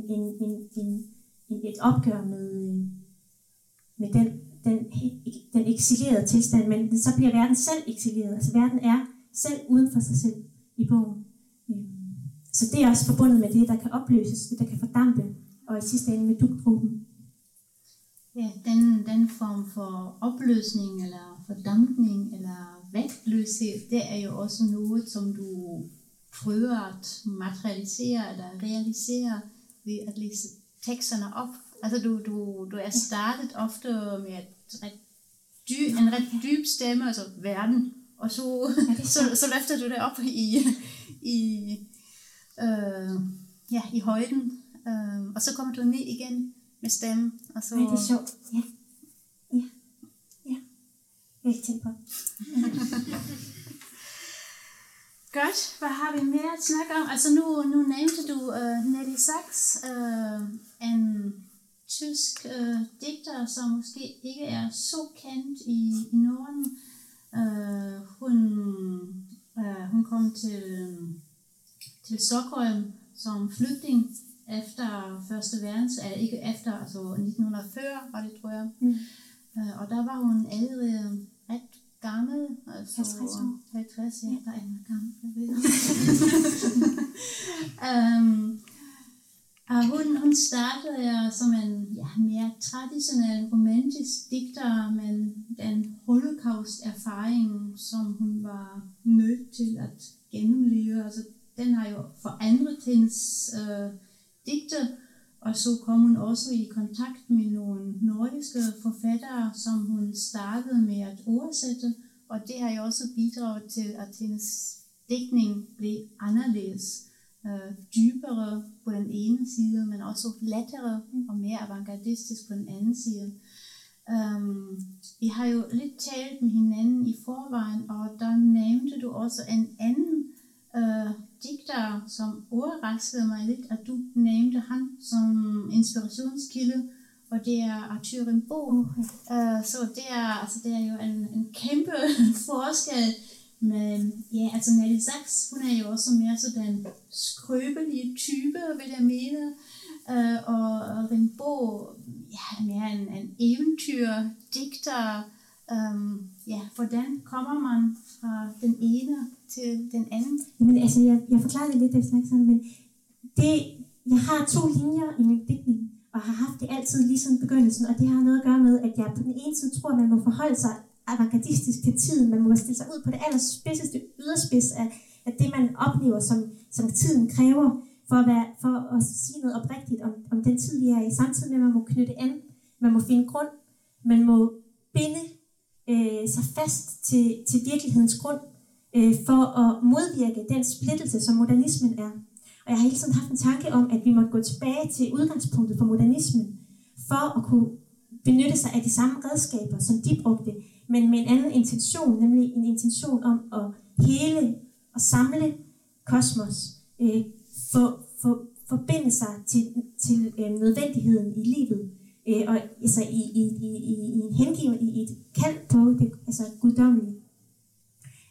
et opgør med den eksilerede tilstand, men så bliver verden selv eksileret. Altså verden er selv uden for sig selv i bogen. Så det er også forbundet med det, der kan opløses, det der kan fordampe, og i sidste ende med dugdråben. Ja, den form for opløsning, eller fordampning, eller vægtløshed, det er jo også noget, som du prøver at materialisere eller realisere ved at læse teksterne op. Altså du er startet ofte med en ret dyb stemme, altså verden, og så løfter du det op i højden, og så kommer du ned igen med stemmen. Og så... det er sjovt. Ja. Jeg har ikke tænkt på. Godt, hvad har vi mere at snakke om? Altså nu nævnte du Nelly Sachs, en tysk digter, som måske ikke er så kendt i Norden. Hun kom til Stockholm som flygtning efter første verdenskrig, ikke efter, altså 1940 var det, tror jeg. Og der var hun allerede ret gammel, altså 50, ja, der er en gammel. Hun startede som en mere traditionel romantisk digter, men den holocaust-erfaring, som hun var nødt til at gennemleve, altså den har jo forandret hendes digte, og så kom hun også i kontakt med nogle nordiske forfattere, som hun startede med at oversætte, og det har jo også bidraget til, at hendes digtning blev anderledes, dybere på den ene side, men også lettere og mere avantgardistisk på den anden side. Vi har jo lidt talt med hinanden i forvejen, og der nævnte du også en anden digter, som overraskede mig lidt, at du nævnte ham som inspirationskilde, og det er Arthur Rimbaud. Så det er jo en kæmpe forskel. Men ja, altså Nelly Sachs, hun er jo også mere sådan skrøbelige type, vil jeg mene. Og Rimbaud, ja, mere en eventyrdigter. Hvordan kommer man fra den ene til den anden? Jamen altså, jeg forklarer det lidt efter sådan, men jeg har 2 linjer i min digtning, og har haft det altid lige siden begyndelsen, og det har noget at gøre med, at jeg på den ene side tror, at man må forholde sig avantgardistisk til tiden, man må stille sig ud på det allerspidseste yderspids af det, man oplever, som tiden kræver, for at sige noget oprigtigt om den tid, vi er i, samtidig med, at man må knytte an, man må finde grund, man må binde sig fast til virkelighedens grund, for at modvirke den splittelse, som modernismen er. Og jeg har hele tiden haft en tanke om, at vi måtte gå tilbage til udgangspunktet for modernismen, for at kunne benytte sig af de samme redskaber, som de brugte, men med en anden intention, nemlig en intention om at hele og samle kosmos, forbinde sig til nødvendigheden i livet, og altså i en hengiven, i et kald på det, altså guddommelige.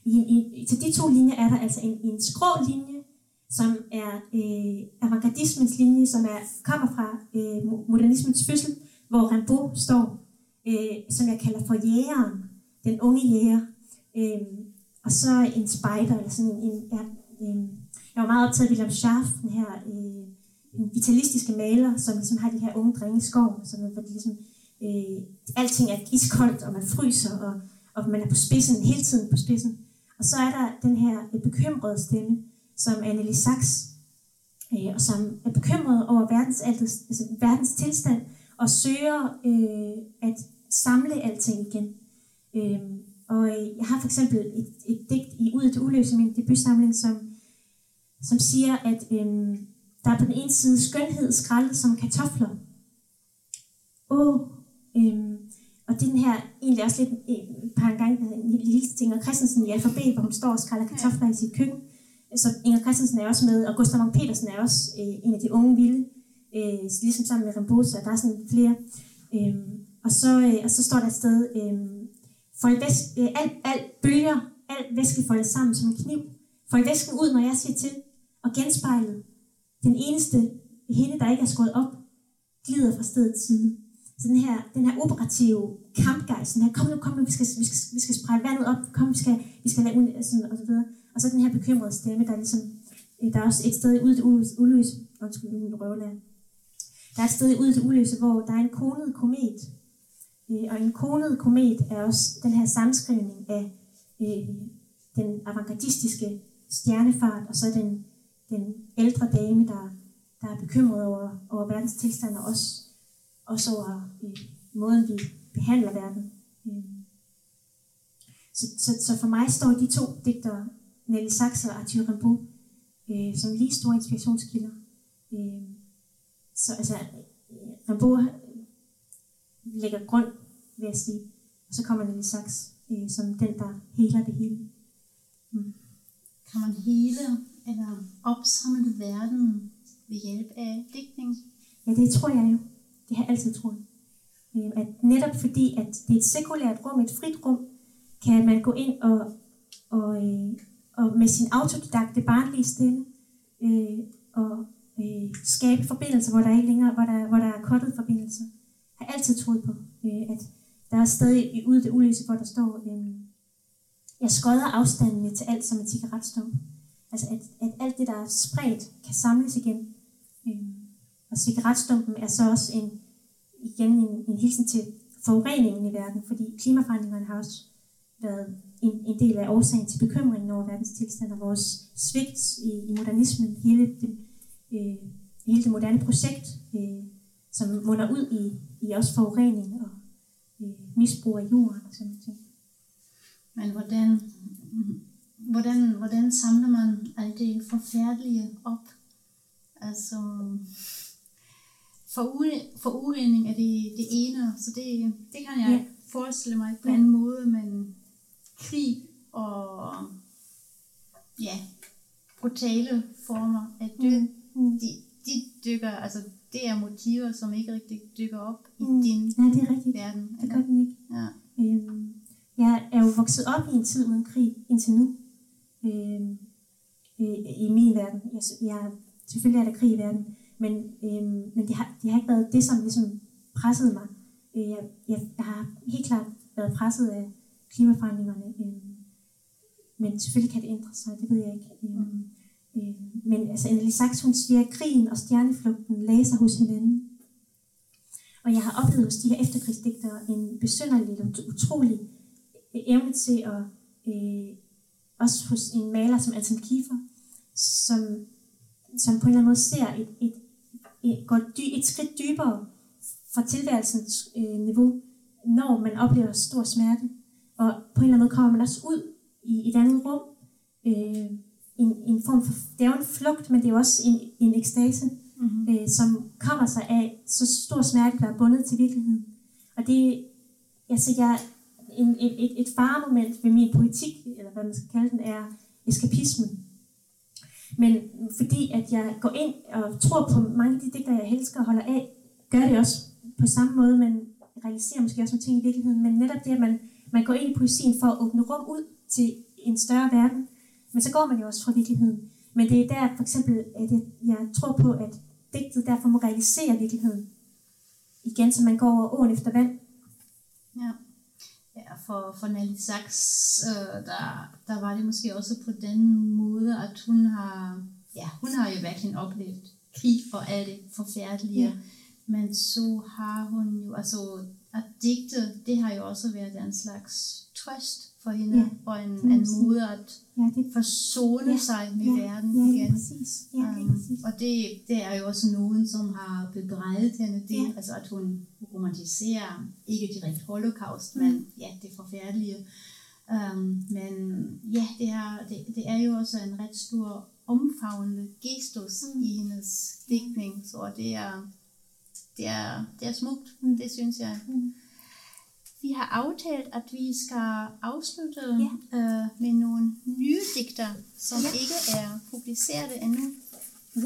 Til de to linjer er der altså en skrå linje, som er avantgardismens linje, som kommer fra modernismens fødsel, hvor Rimbaud står, som jeg kalder for jægeren, den unge jæger. Og så en spejder, eller sådan jeg var meget optaget af William Scharf, den her en vitalistiske maler, som ligesom har de her unge drenge i skoven, sådan noget, hvor de ligesom, alting er iskoldt, og man fryser, og man er på spidsen, hele tiden på spidsen. Og så er der den her bekymrede stemme, som er Nelly Sachs, og som er bekymret over verdens tilstand, og søger at samle alting igen. Og jeg har for eksempel et digt i Ud af det uløse, min debutsamling, som siger, at der er på den ene side skønhed skrællet som kartofler. Og det er den her, egentlig også lidt et par gange, en lille Inger Christensen i Alfabet, hvor hun står og skræller kartofler i sit køkken. Så Inger Christensen er også med, og Gustav Munk Petersen er også en af de unge vilde, ligesom sammen med Rimbaud, så der er sådan flere. Og så står der et sted, alt bølger, alt væske foldet sammen som en kniv. Fold væsken ud, når jeg siger til, og genspejlet. Den eneste hende, der ikke er skåret op, glider fra stedets side. Så den her operative kampgejst, sådan her, kom nu, vi skal sprede vandet op, kom, vi skal lade sådan, og så videre. Og så den her bekymrede stemme, der er ligesom, der er også et sted ude i det uløse, der er et sted ude i det uløse, hvor der er en konet komet. Og en konet komet er også den her sammenskrivning af den avantgardistiske stjernefart, og så den ældre dame, der er bekymret over verdens tilstand, og også over måden, vi behandler verden. Så for mig står de to digtere, Nelly Sachs og Arthur Rimbaud, som lige store inspirationskilder. Så altså, Rimbaud lægger grund, vil jeg sige, og så kommer Nelly Sachs som den, der heler det hele. Kan man hele eller opsamle verden ved hjælp af digtning? Ja, det tror jeg jo. Det har jeg altid troet. At netop fordi, at det er et sekulært rum, et frit rum, kan man gå ind og med sin autodidakte barnlige stemme og skabe forbindelser, hvor der ikke længere, hvor der er kottet forbindelser. Jeg har altid troet på, at der er stadig ude det uløse, hvor der står, jeg skodder afstandene til alt som en cigaretstump. Altså at alt det, der er spredt, kan samles igen. Og cigaretstumpen er så også en hilsen til forureningen i verden, fordi klimaforandringerne har også været en del af årsagen til bekymringen over verdens tilstand og vores svigt i modernismen, hele det moderne projekt, som munder ud i også forurening og misbrug af jorden og sådan noget. Men hvordan samler man alt det forfærdelige op? Altså, forurening er det ene, så det kan jeg forestille mig på en måde, men krig og brutale former af død, de dykker, altså det er motiver, som ikke rigtig dykker op i din verden. Det gør den ikke. Ja. Jeg er jo vokset op i en tid uden krig indtil nu. I min verden. Selvfølgelig er der krig i verden, men det har ikke været det, som ligesom pressede mig. Jeg har helt klart været presset af klimaforandringerne, men selvfølgelig kan det ændre sig, det ved jeg ikke. Men altså, Nelly Sachs, hun siger, at krigen og stjerneflugten læser hos hinanden. Og jeg har oplevet hos de her efterkrigsdigtere en besynderlig og utrolig evne til at, også hos en maler som Anton Kiefer, som på en eller anden måde ser et skridt dybere fra tilværelsens niveau, når man oplever stor smerte. Og på en eller anden måde kommer man også ud i et andet rum. En form for, det er jo en flugt, men det er jo også en ekstase, som kommer sig af så stor smerte, der er bundet til virkeligheden. Og det, altså et faremoment ved min poetik, eller hvad man skal kalde den, er eskapismen. Men fordi at jeg går ind og tror på mange af de digter, jeg elsker og holder af, gør det også på samme måde, men realiserer måske også nogle ting i virkeligheden. Men netop det, at man går ind i poesien for at åbne rum ud til en større verden. Men så går man jo også fra virkeligheden. Men det er der for eksempel, at jeg tror på, at digtet derfor må realisere virkeligheden. Igen, så man går over åen efter vand. Ja. Ja, for Nelly Sachs, der var det måske også på den måde, at hun har jo virkelig oplevet krig og alt det forfærdelige. Ja. Men så har hun jo, altså at digte, det har jo også været en slags trøst for hende, og en måde at forsone sig med verden igen. Præcis. Og det er jo også nogen, som har bebrejdet hende det, altså at hun romantiserer, ikke direkte holocaust, men det forfærdelige. Men ja, det er jo også en ret stor omfavnende gestus i hendes digtning, så det er smukt, det synes jeg. Vi har aftalt, at vi skal afslutte med nogle nye digter, som ikke er publiceret endnu. Ja.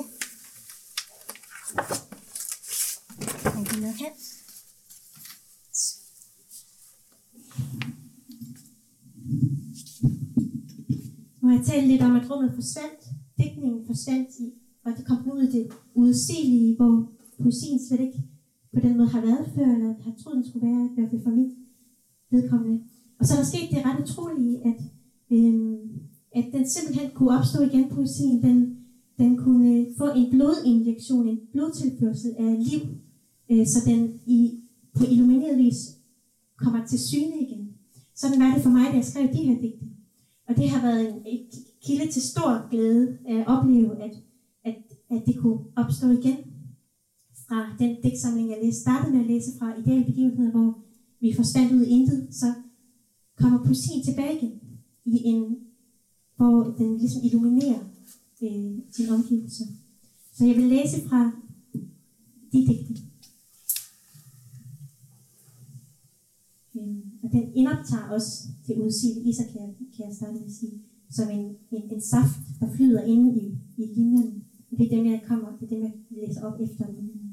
Nu har jeg talt lidt om, at rummet forsvandt, digtningen forsvandt i, og det kom ud i det udsigelige, hvor poesien slet ikke på den måde har været før, eller har troet, den skulle være, i hvert fald for mit vedkommende. Og så er der sket det ret utrolige, at den simpelthen kunne opstå igen, poesien. Den kunne få en blodinjektion, en blodtilførsel af liv, så den på illumineret vis kommer til syne igen. Sådan var det for mig, da jeg skrev de her digte. Og det har været en kilde til stor glæde at opleve, at det kunne opstå igen. Fra den digtsamling, jeg startede med at læse fra Ideelle begivenheder, hvor vi forsvandt ud i intet, så kommer poesien tilbage igen, hvor den ligesom illuminerer sine omgivelser. Så jeg vil læse fra de digte. Og den indoptager også det udsigelige i sig, kan jeg starte med at sige, som en saft, der flyder inde i linjerne. Og det er dem, jeg læser op efter linjerne.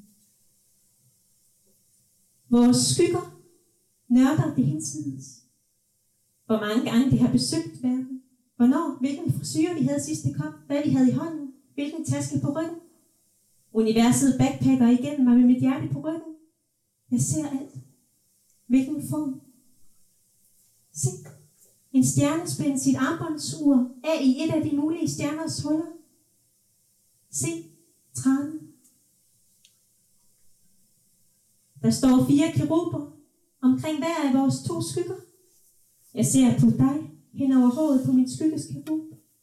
Vores skygger nørder det hinsides. Hvor mange gange det har besøgt verden. Hvornår, hvilken frisyre vi havde sidst det kom, hvad vi havde i hånden, hvilken taske på ryggen. Universet backpacker igennem mig med mit hjerte på ryggen. Jeg ser alt. Hvilken form. Se, en stjerne spænder sit armbåndsur af i et af de mulige stjerners huller. Se, tranen. Der står 4 keruber omkring hver af vores 2 skygger. Jeg ser på dig hen over håret på min skygges kerub.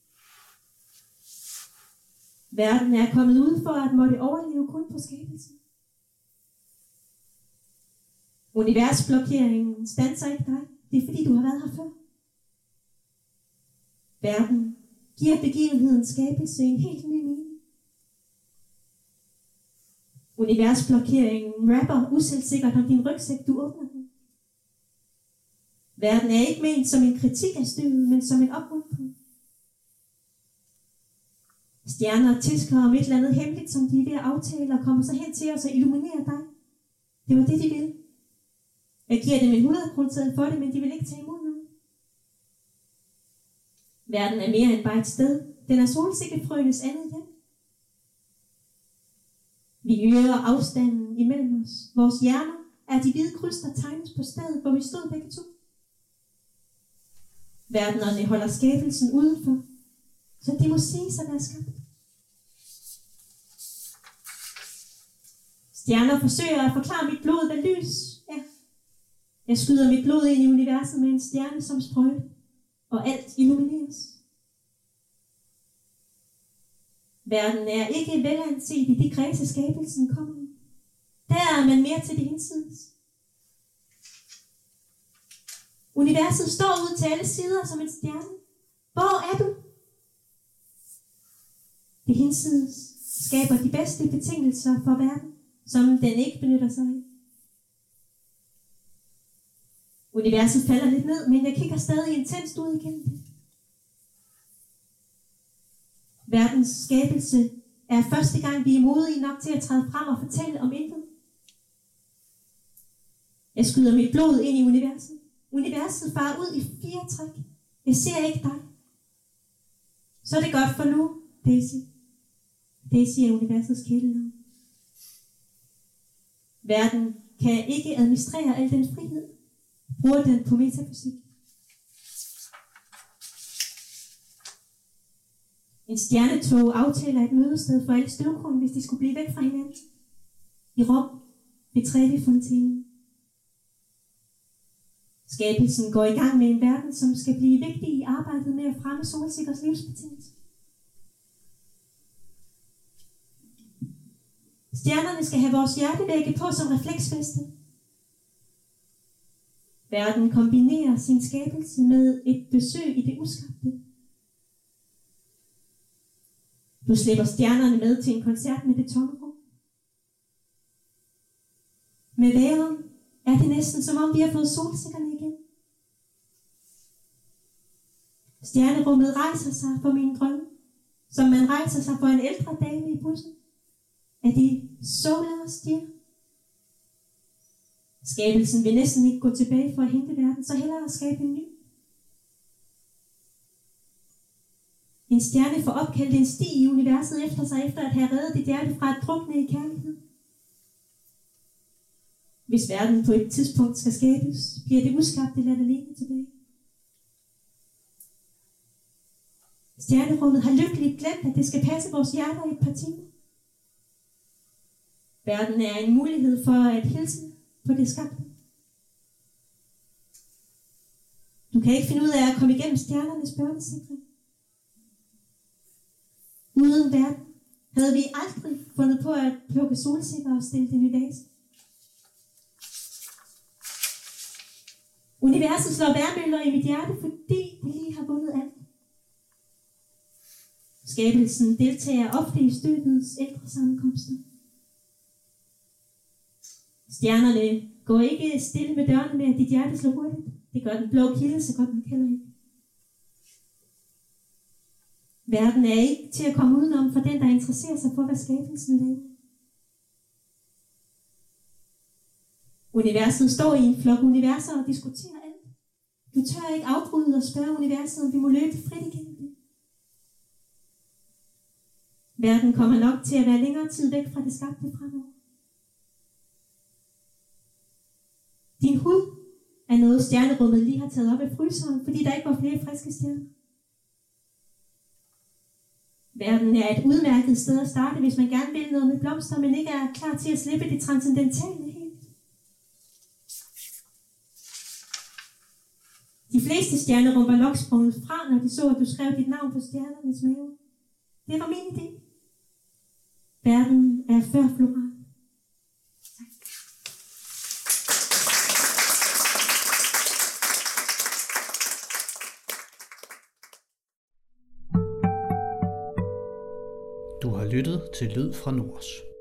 Verden er kommet ud for at måtte overleve kun på skabelsen. Universblokeringen standser ikke dig. Det er fordi du har været her før. Verden giver begivenheden skabelse en helt ny mening. Universblokeringen rapper uselvsikkert om din rygsæk, du åbner den. Verden er ikke ment som en kritik af støvet, men som en opmuntring. Stjerner tisker om et eller andet hemmeligt, som de er ved at aftale, og kommer så hen til os og illuminerer dig. Det var det, de ville. Jeg giver dem en 100-kroneseddel for det, men de vil ikke tage imod noget. Verden er mere end bare et sted. Den er solsikkefrøenes andet hjem. Vi øger afstanden imellem os. Vores hjerner er de hvide kryds, der tegnes på stedet, hvor vi stod begge to. Verdenerne holder skabelsen udenfor, så de må siges at være skabt. Stjerner forsøger at forklare mit blod, hvad lys er. Jeg skyder mit blod ind i universet med en stjerne som sprøjte, og alt illumineres. Verden er ikke velanset i de kredse skabelsen kommer i. Der er man mere til det hinsides. Universet står ud til alle sider som en stjerne. Hvor er du? Det hinsides skaber de bedste betingelser for verden, som den ikke benytter sig af. Universet falder lidt ned, men jeg kigger stadig intenst ud igennem det. Verdens skabelse er første gang, vi er modige nok til at træde frem og fortælle om intet. Jeg skyder mit blod ind i universet. Universet farer ud i 4 træk. Jeg ser ikke dig. så er det godt for nu, Daisy. Daisy er universets kælenavn. Verden kan ikke administrere al den frihed. Bruger den på metafysik. En stjernetog aftaler et mødested for alle støvkorn, hvis de skulle blive væk fra hinanden. I Rom ved Trevi-fontænen. Skabelsen går i gang med en verden, som skal blive vigtig i arbejdet med at fremme solsikkers livsbetingelser. Stjernerne skal have vores hjertevægge på som refleksfæste. Verden kombinerer sin skabelse med et besøg i det uskabte. Du slipper stjernerne med til en koncert med det tomme rum. Med vejret er det næsten som om vi har fået solsikkerne igen. Stjernerummet rejser sig for mine drømme, som man rejser sig for en ældre dame i bussen. Er de soler og stier? Skabelsen vil næsten ikke gå tilbage for at hente verden, så hellere at skabe en ny. En stjerne får opkaldt en sti i universet efter sig, efter at have reddet dit hjerte fra at drukne i kærlighed. Hvis verden på et tidspunkt skal skabes, bliver det uskabte ladt alene tilbage. Stjernerummet har lykkeligt glemt, at det skal passe vores hjerter i et par timer. Verden er en mulighed for at hilse på det skabte. Du kan ikke finde ud af at komme igennem stjernernes børnesikring. Uden verden havde vi aldrig fundet på at plukke solsikker og stille dem i vase. Universet slår værmøller i mit hjerte, fordi det lige har vundet alt. Skabelsen deltager ofte i støbets ældre sammenkomster. Stjernerne går ikke stille med dørene med, at dit hjerte slår hurtigt. Det gør den blå kilde, så godt man kalder det. Verden er ikke til at komme udenom for den, der interesserer sig for, hvad skabelsen laver. Universet står i en flok universer og diskuterer alt. Du tør ikke afbryde og spørge universet, om vi må løbe frit igennem det. Verden kommer nok til at være længere tid væk fra det skabte fremover. Din hud er noget, stjernerummet lige har taget op af fryseren, fordi der ikke var flere friske stjerner. Verden er et udmærket sted at starte, hvis man gerne vil noget med blomster, men ikke er klar til at slippe det transcendentale helt. De fleste stjernerum var nok sprunget fra, når de så, at du skrev dit navn på stjernernes mave. Det var min idé. Verden er før floral. Tak. Du har lyttet til Lyd fra Nords.